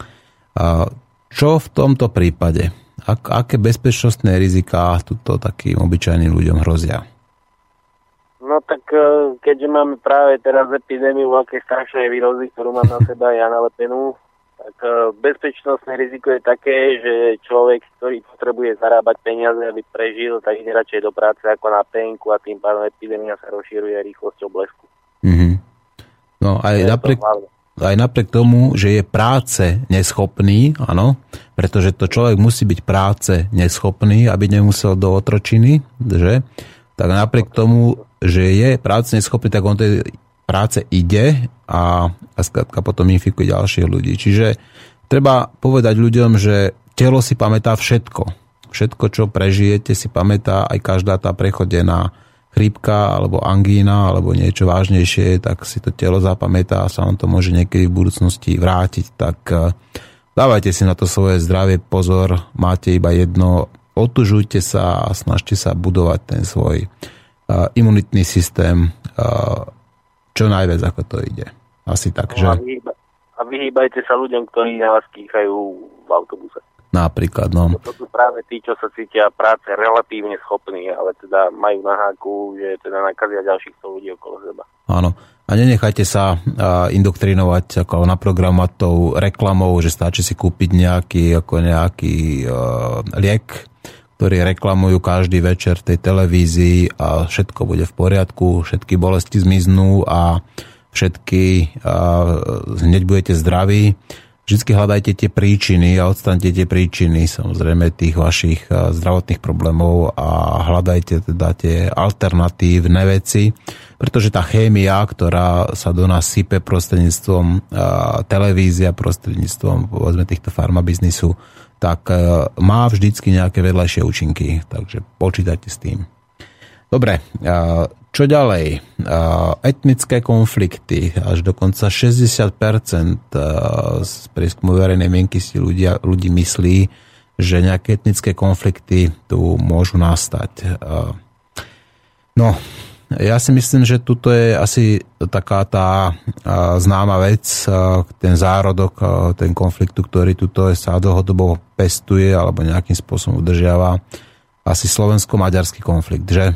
Čo v tomto prípade? Aké bezpečnostné riziká tuto takým obyčajným ľuďom hrozia?
No tak keďže máme práve teraz epidémiu veľkej strašnej víruzy, ktorú mám na seba ja nalepenú, tak bezpečnostné riziko je také, že človek, ktorý potrebuje zarábať peniaze, aby prežil, tak ide radšej do práce ako na penku, a tým pádom epidémia sa rozšíruje rýchlosťou blesku.
No aj napriek tomu, že je práce neschopný, áno, pretože to človek musí byť práce neschopný, aby nemusel do otročiny, že? Tak napriek tomu, že je práce neschopný, tak on tej práce ide a skrátka potom infikuje ďalších ľudí. Čiže treba povedať ľuďom, že telo si pamätá všetko. Všetko, čo prežijete, si pamätá aj každá tá prechodená chrípka alebo angína alebo niečo vážnejšie, tak si to telo zapamätá a sa vám to môže niekedy v budúcnosti vrátiť. Tak dávajte si na to svoje zdravie pozor, máte iba jedno, otužujte sa a snažte sa budovať ten svoj imunitný systém čo najviac, ako to ide. Asi tak, že?
A vyhýbajte sa ľuďom, ktorí na vás kýchajú v autobuse.
Napríklad, no.
To sú práve tí, čo sa cítia práce relatívne schopní, ale teda majú na háku, že teda nakazia ďalších 100 ľudí okolo seba.
Áno. A nenechajte sa indoktrinovať, ako naprogramovať tou reklamou, že stačí si kúpiť nejaký liek, ktorý reklamujú každý večer v tej televízii a všetko bude v poriadku, všetky bolesti zmiznú a hneď budete zdraví. Vždycky hľadajte tie príčiny a odstaňte tie príčiny samozrejme tých vašich zdravotných problémov a hľadajte teda tie alternatívne veci, pretože tá chémia, ktorá sa do nás sype prostredníctvom televízia, prostredníctvom povedzme týchto farmabiznisu, tak má vždycky nejaké vedľajšie účinky, takže počítajte s tým. Dobre, čo ďalej? Etnické konflikty. Až dokonca 60% z prieskumu verejnej mienky si ľudí myslí, že nejaké etnické konflikty tu môžu nastať. No, ja si myslím, že tuto je asi taká tá známa vec, ten zárodok, ten konfliktu, ktorý tuto sa dlhodobo pestuje alebo nejakým spôsobom udržiava. Asi slovensko-maďarský konflikt, že?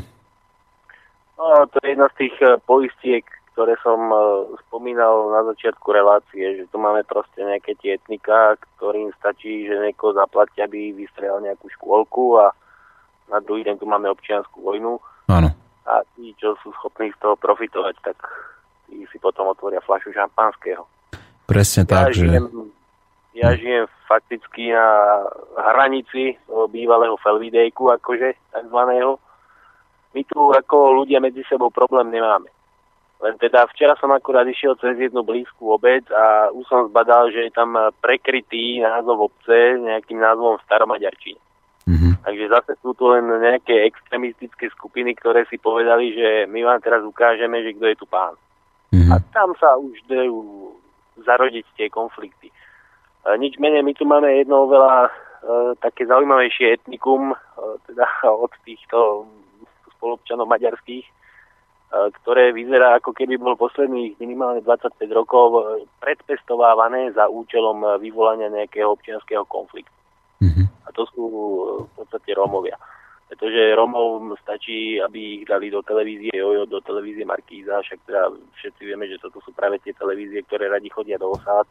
No, to je jedna z tých poistiek, ktoré som spomínal na začiatku relácie, že tu máme proste nejaké tie etnika, ktorým stačí, že niekoho zaplatia, aby vystrelal nejakú škôlku a na druhý deň tu máme občiansku vojnu.
Áno.
A tí, čo sú schopní z toho profitovať, tak tí si potom otvoria fľašu šampanského.
Presne tak,
Ja žijem fakticky na hranici bývalého Felvidejku, akože takzvaného. My tu ako ľudia medzi sebou problém nemáme. Len teda včera som akurát išiel cez jednu blízku obec a už som zbadal, že je tam prekrytý názov obce nejakým názvom staromaďarčine. Mm-hmm. Takže zase sú tu len nejaké extremistické skupiny, ktoré si povedali, že my vám teraz ukážeme, že kto je tu pán. Mm-hmm. A tam sa už dajú zarodiť tie konflikty. Nič menej, my tu máme jedno oveľa také zaujímavejšie etnikum, teda od týchto spolupčanov maďarských, ktoré vyzerá ako keby bol posledných minimálne 25 rokov predpestovávané za účelom vyvolania nejakého občianskeho konfliktu. Mm-hmm. A to sú v podstate Rómovia. Pretože Rómov stačí, aby ich dali do televízie Jojo, do televízie Markíza, však teda všetci vieme, že toto sú práve tie televízie, ktoré radi chodia do osád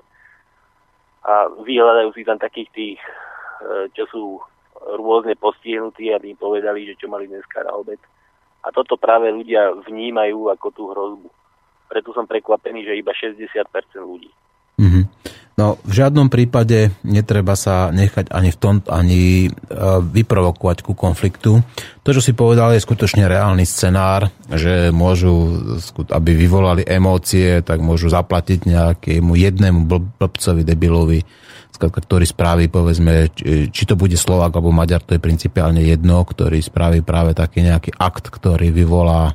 a vyhľadajú si tam takých tých, čo sú rôzne postihnutí, aby im povedali, že čo mali dneska na obed. A toto práve ľudia vnímajú ako tú hrozbu. Preto som prekvapený, že iba 60% ľudí. Mm-hmm.
No, v žiadnom prípade netreba sa nechať ani vyprovokovať ku konfliktu. To, čo si povedal, je skutočne reálny scenár, že môžu, aby vyvolali emócie, tak môžu zaplatiť nejakému jednému blbcovi, debilovi, ktorý spraví, povedzme, či to bude Slovák alebo Maďar, to je principiálne jedno, ktorý spraví práve taký nejaký akt, ktorý vyvolá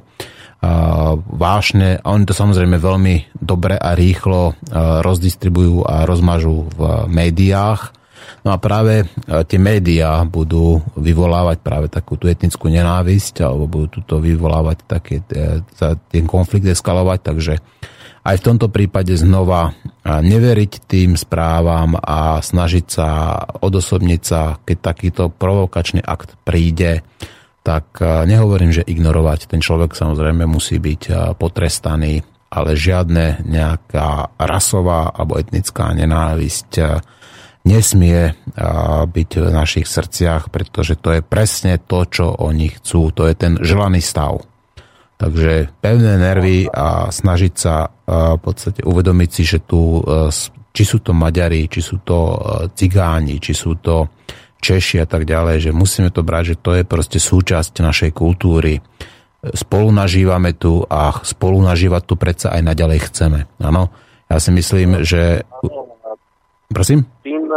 vášne. A oni to samozrejme veľmi dobre a rýchlo rozdistribujú a rozmažú v médiách. No a práve tie médiá budú vyvolávať práve takú tú etnickú nenávisť alebo budú to vyvolávať také, ten konflikt eskalovať, takže aj v tomto prípade znova neveriť tým správam a snažiť sa odosobniť sa, keď takýto provokačný akt príde, tak nehovorím, že ignorovať. Ten človek samozrejme musí byť potrestaný, ale žiadne nejaká rasová alebo etnická nenávisť nesmie byť v našich srdciach, pretože to je presne to, čo oni chcú. To je ten želaný stav. Takže pevné nervy a snažiť sa v podstate uvedomiť si, že tu, či sú to Maďari, či sú to Cigáni, či sú to Češi a tak ďalej, že musíme to brať, že to je proste súčasť našej kultúry. Spolu nažívame tu a spolu nažívať tu predsa aj naďalej chceme. Áno? Ja si myslím, že... Prosím?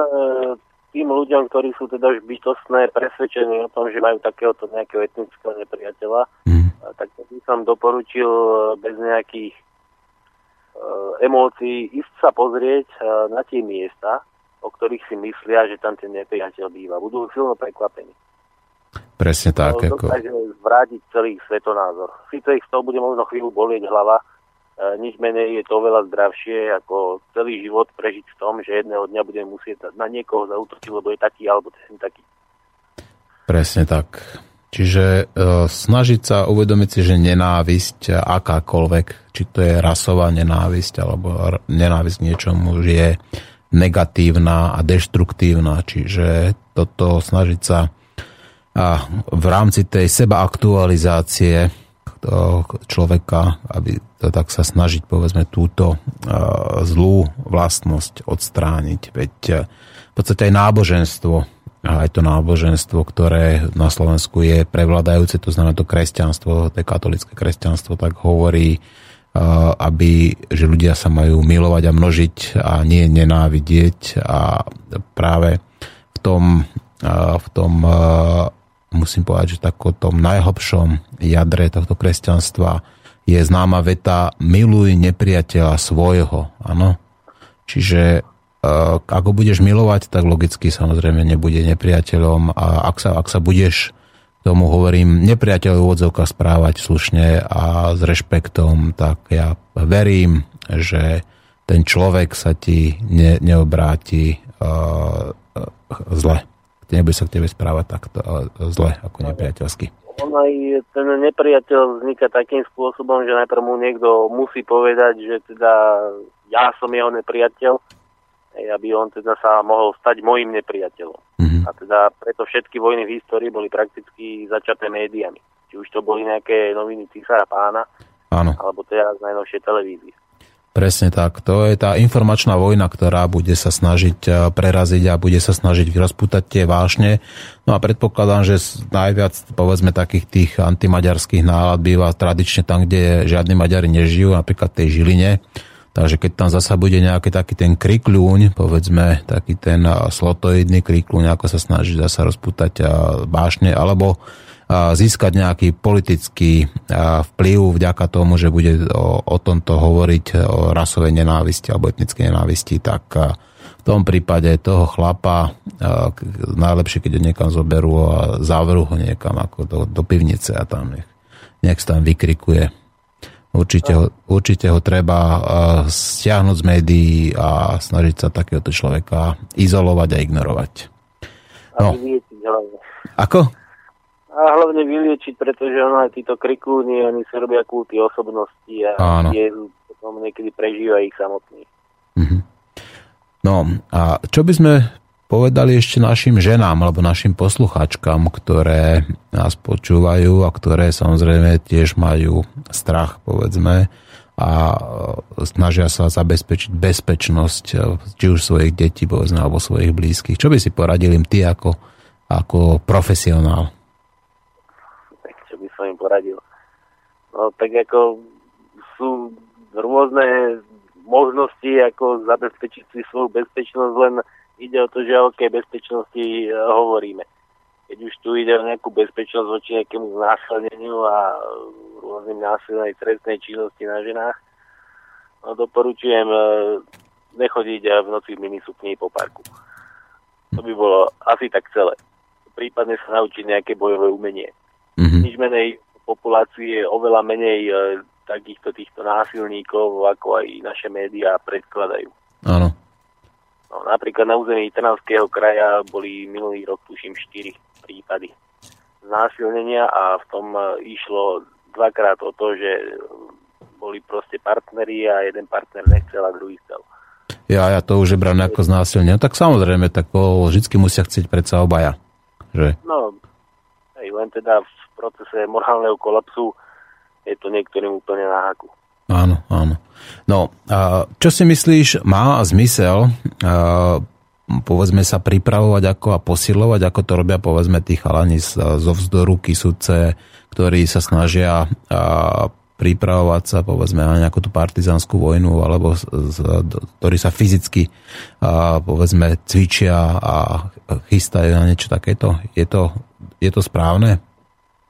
Tým
ľuďom, ktorí sú teda už bytostné presvedčení o tom, že majú takéhoto nejakého etnického nepriateľa, Tak by som doporučil bez nejakých emócií ísť sa pozrieť na tie miesta, o ktorých si myslia, že tam ten nepriateľ býva. Budú silno prekvapení.
Presne tak.
Dokáže zvrátiť celý svetonázor. Sice ich z toho bude možno chvíľu bolieť hlava, nič menej je to oveľa zdravšie, ako celý život prežiť v tom, že jedného dňa budem musieť na niekoho zaútočiť, lebo je taký alebo ten taký.
Presne tak. Čiže snažiť sa uvedomiť si, že nenávisť akákoľvek, či to je rasová nenávisť alebo nenávisť k niečomu, je negatívna a deštruktívna. Čiže toto snažiť sa v rámci tej sebaaktualizácie človeka, aby to tak sa snažiť, povedzme, túto zlú vlastnosť odstrániť. Veď v podstate aj náboženstvo, aj to náboženstvo, ktoré na Slovensku je prevládajúce, to znamená to kresťanstvo, to katolické kresťanstvo, tak hovorí, že ľudia sa majú milovať a množiť a nie nenávidieť. A práve v tom musím povedať, že takom najhlbšom jadre tohto kresťanstva je známa veta miluj nepriateľa svojho. Áno? Čiže ak ho budeš milovať, tak logicky samozrejme nebude nepriateľom a ak sa budeš, tomu hovorím, nepriateľ v úvodzovkách správať slušne a s rešpektom, tak ja verím, že ten človek sa ti neobráti zle. Nebude sa k tebe správať takto zle ako nepriateľsky.
On aj ten nepriateľ vzniká takým spôsobom, že najprv mu niekto musí povedať, že teda ja som jeho nepriateľ, aby on teda sa mohol stať mojím nepriateľom. Mm-hmm. A teda preto všetky vojny v histórii boli prakticky začaté médiami. Či už to boli nejaké noviny Cisára Pána, áno, alebo teraz najnovšie televízie.
Presne tak. To je tá informačná vojna, ktorá bude sa snažiť preraziť a bude sa snažiť rozpútať tie vášne. No a predpokladám, že najviac, povedzme, takých tých antimaďarských nálad býva tradične tam, kde žiadni Maďari nežijú, napríklad tej Žiline. Takže keď tam zasa bude nejaký taký ten krikľúň, povedzme, taký ten slotoidný krikľúň, ako sa snaží zasa rozpútať vášne, alebo získať nejaký politický vplyv vďaka tomu, že bude o tomto hovoriť, o rasovej nenávisti alebo etnickej nenávisti, tak v tom prípade toho chlapa najlepšie, keď ho niekam zoberú a zavrú ho niekam ako do pivnice a tam nech sa tam vykrikuje. Určite ho treba stiahnuť z médií a snažiť sa takéhoto človeka izolovať a ignorovať. No. Ako?
A hlavne vyliečiť, pretože aj títo krikúni, oni sa robia kulty osobnosti a tie potom niekedy prežívajú ich samotných.
Mm-hmm. No a čo by sme povedali ešte našim ženám alebo našim poslucháčkam, ktoré nás počúvajú a ktoré samozrejme tiež majú strach, povedzme, a snažia sa zabezpečiť bezpečnosť či už svojich detí, povedzme, alebo svojich blízkych. Čo by si poradil im ty ako profesionál?
Som im poradil. No tak ako sú rôzne možnosti, ako zabezpečiť si svoju bezpečnosť, len ide o to, že o akej bezpečnosti hovoríme. Keď už tu ide o nejakú bezpečnosť voči nejakému znásilneniu a rôznym násilnej trestnej činnosti na ženách, no doporučujem nechodiť v noci v minisukni po parku. To by bolo asi tak celé. Prípadne sa naučiť nejaké bojové umenie. Mm-hmm. Nič menej populácii je oveľa menej týchto násilníkov, ako aj naše médiá predkladajú.
Áno.
No, napríklad na území Trnavského kraja boli minulý rok, tuším, 4 prípady znásilnenia a v tom išlo dvakrát o to, že boli proste partneri a jeden partner nechcel a druhý chcel.
Ja to už je brané ako znásilnenie. No, tak samozrejme, tak vždycky musia chcieť predsa obaja. Že?
No, len teda v procese morálneho kolapsu je to niektorým úplne na haku.
Áno. No, čo si myslíš, má zmysel povedzme sa pripravovať a posilovať, ako to robia povedzme tí chalani zo Vzdoru, Kysuce, ktorí sa snažia pripravovať sa povedzme na nejakú tú partizánskú vojnu, alebo ktorí sa fyzicky povedzme cvičia a chystajú na niečo takéto. Je to správne?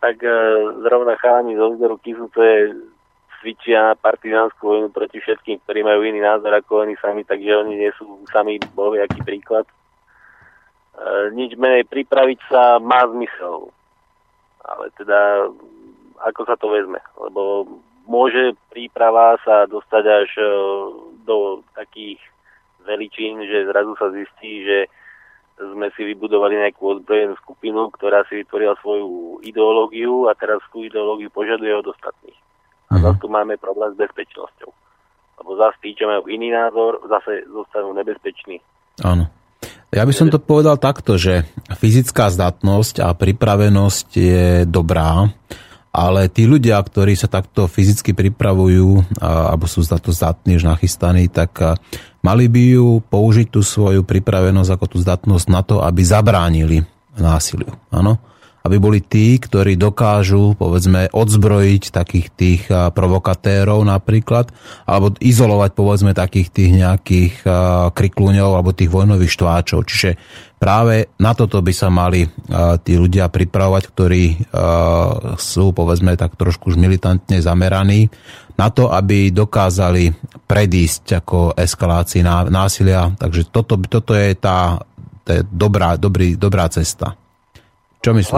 tak zrovna chalani zo vzdoru Kisu, to je cvičia na partizánsku vojnu proti všetkým, ktorí majú iný názor ako oni sami, takže oni nie sú sami bohviaký príklad. Nič menej pripraviť sa má zmysel. Ale teda, ako sa to vezme? Lebo môže príprava sa dostať až do takých veličín, že zrazu sa zistí, že sme si vybudovali nejakú ozbrojenú skupinu, ktorá si vytvorila svoju ideológiu a teraz tú ideológiu požaduje od ostatných. A zase tu máme problém s bezpečnosťou. Lebo zase tí, čo majú iný názor, zase zostanú nebezpeční.
Áno. Ja by som to povedal takto, že fyzická zdatnosť a pripravenosť je dobrá, ale tí ľudia, ktorí sa takto fyzicky pripravujú alebo sú za to zdatní, už nachystaní, tak mali by ju použiť tú svoju pripravenosť ako tú zdatnosť na to, aby zabránili násiliu. Áno? Aby boli tí, ktorí dokážu, povedzme, odzbrojiť takých tých provokatérov napríklad, alebo izolovať, povedzme, takých tých nejakých kriklúňov alebo tých vojnových štváčov. Čiže práve na toto by sa mali tí ľudia pripravovať, ktorí sú, povedzme, tak trošku už militantne zameraní na to, aby dokázali predísť ako eskalácii násilia. Takže toto je tá dobrá cesta. Čo myslíš?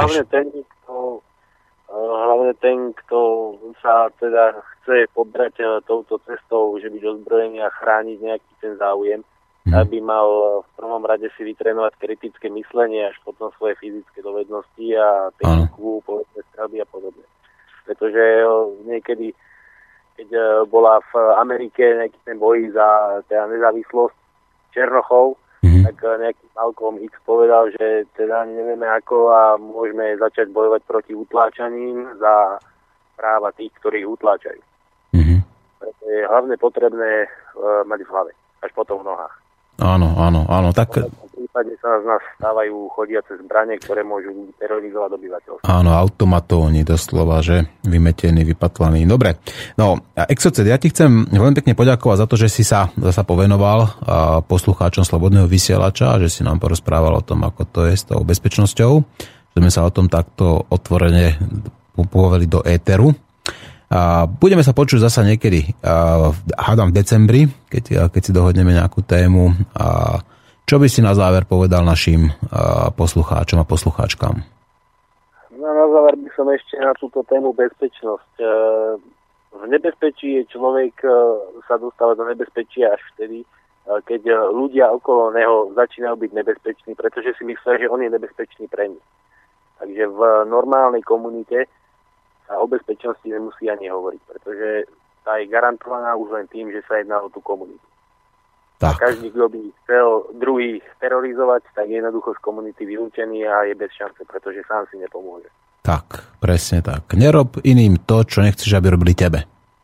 Hlavne ten, kto sa teda chce pobrať touto cestou, že byť ozbrojený a chrániť nejaký ten záujem, aby mal v prvom rade si vytrénovať kritické myslenie, až potom svoje fyzické dovednosti a techniku, povedzme strelby a podobne. Pretože niekedy, keď bola v Amerike nejaký ten boj za teda nezávislosť Černochov, tak nejaký Malcolm X povedal, že teda nevieme ako a môžeme začať bojovať proti utláčaním za práva tých, ktorí utláčajú. Preto je hlavne potrebné mať v hlave, až potom v nohách.
Áno. Tak...
V prípade sa z nás stávajú chodiace zbrane, ktoré môžu terorizovať obyvateľstvo.
Áno, automatóni doslova, že vymetení, vypatlaní. Dobre, no Exocet, ja ti chcem veľmi pekne poďakovať za to, že si sa zasa povenoval poslucháčom Slobodného vysielača a že si nám porozprával o tom, ako to je s tou bezpečnosťou. Že sme sa o tom takto otvorene povedali do éteru. Budeme sa počuť zasa niekedy, hádam v decembri, keď si dohodneme nejakú tému. Čo by si na záver povedal našim poslucháčom a poslucháčkam?
No, na záver by som ešte na túto tému bezpečnosť. V nebezpečí človek sa dostáva do nebezpečia až vtedy, keď ľudia okolo neho začínajú byť nebezpeční, pretože si myslia, že on je nebezpečný pre nich. Takže v normálnej komunite sa o bezpečnosti nemusí ani hovoriť, pretože tá je garantovaná už len tým, že sa jedná o tú komunitu. Tak. A každý, kto by chcel druhých terorizovať, tak je jednoducho z komunity vylúčený a je bez šance, pretože sám si nepomôže.
Tak, presne tak. Nerob iným to, čo nechceš, aby robili tebe.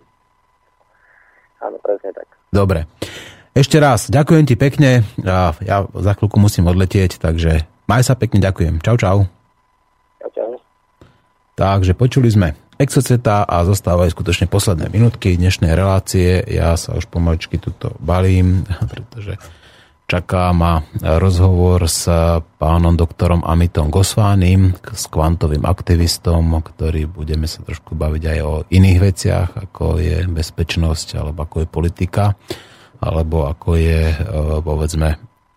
Áno, presne tak.
Dobre. Ešte raz, ďakujem ti pekne. Ja za chvíľku musím odletieť, takže maj sa pekne, ďakujem. Čau.
Čau.
Takže počuli sme Exoceta a zostávajú skutočne posledné minútky dnešnej relácie. Ja sa už pomaličky tuto balím, pretože čaká ma rozhovor s pánom doktorom Amitom Gosvánim, s kvantovým aktivistom, ktorý budeme sa trošku baviť aj o iných veciach, ako je bezpečnosť, alebo ako je politika, alebo ako je, povedzme,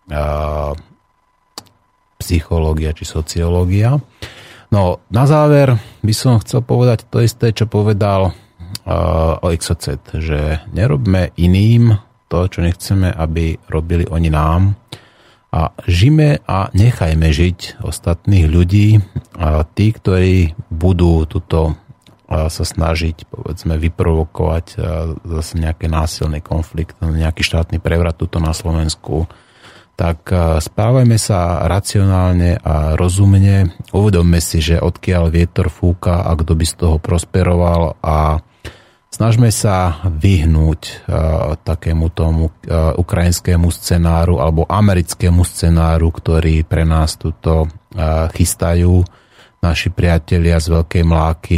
psychológia či sociológia. No, na záver by som chcel povedať to isté, čo povedal o Exocet, že nerobme iným to, čo nechceme, aby robili oni nám, a žime a nechajme žiť ostatných ľudí, tí, ktorí budú tuto sa snažiť, povedzme, vyprovokovať zase nejaké násilný konflikt, nejaký štátny prevrat tuto na Slovensku, tak správajme sa racionálne a rozumne. Uvedomme si, že odkiaľ vietor fúka a kto by z toho prosperoval, a snažme sa vyhnúť takému tomu ukrajinskému scenáru alebo americkému scenáru, ktorý pre nás tuto chystajú naši priatelia z Veľkej Mláky.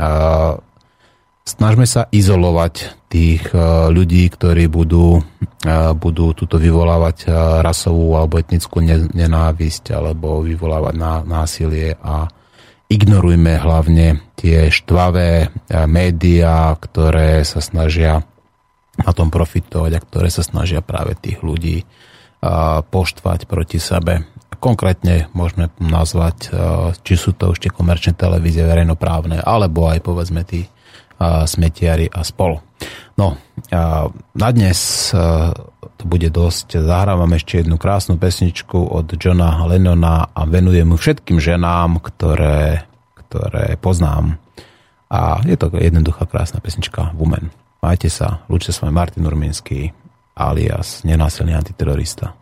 Snažme sa izolovať tých ľudí, ktorí budú tuto vyvolávať rasovú alebo etnickú nenávisť alebo vyvolávať násilie, a ignorujme hlavne tie štvavé médiá, ktoré sa snažia na tom profitovať a ktoré sa snažia práve tých ľudí poštvať proti sebe. Konkrétne môžeme nazvať, či sú to už tie komerčné televízie verejnoprávne, alebo aj povedzme tí smetiari a spolu. No, na dnes to bude dosť. Zahrávam ešte jednu krásnu pesničku od Johna Lennona a venujem mu všetkým ženám, ktoré poznám. A je to jednoduchá krásna pesnička Woman. Majte sa, lúčte s vami Martin Urminský alias nenásilný antiterorista.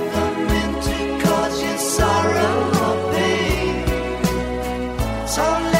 So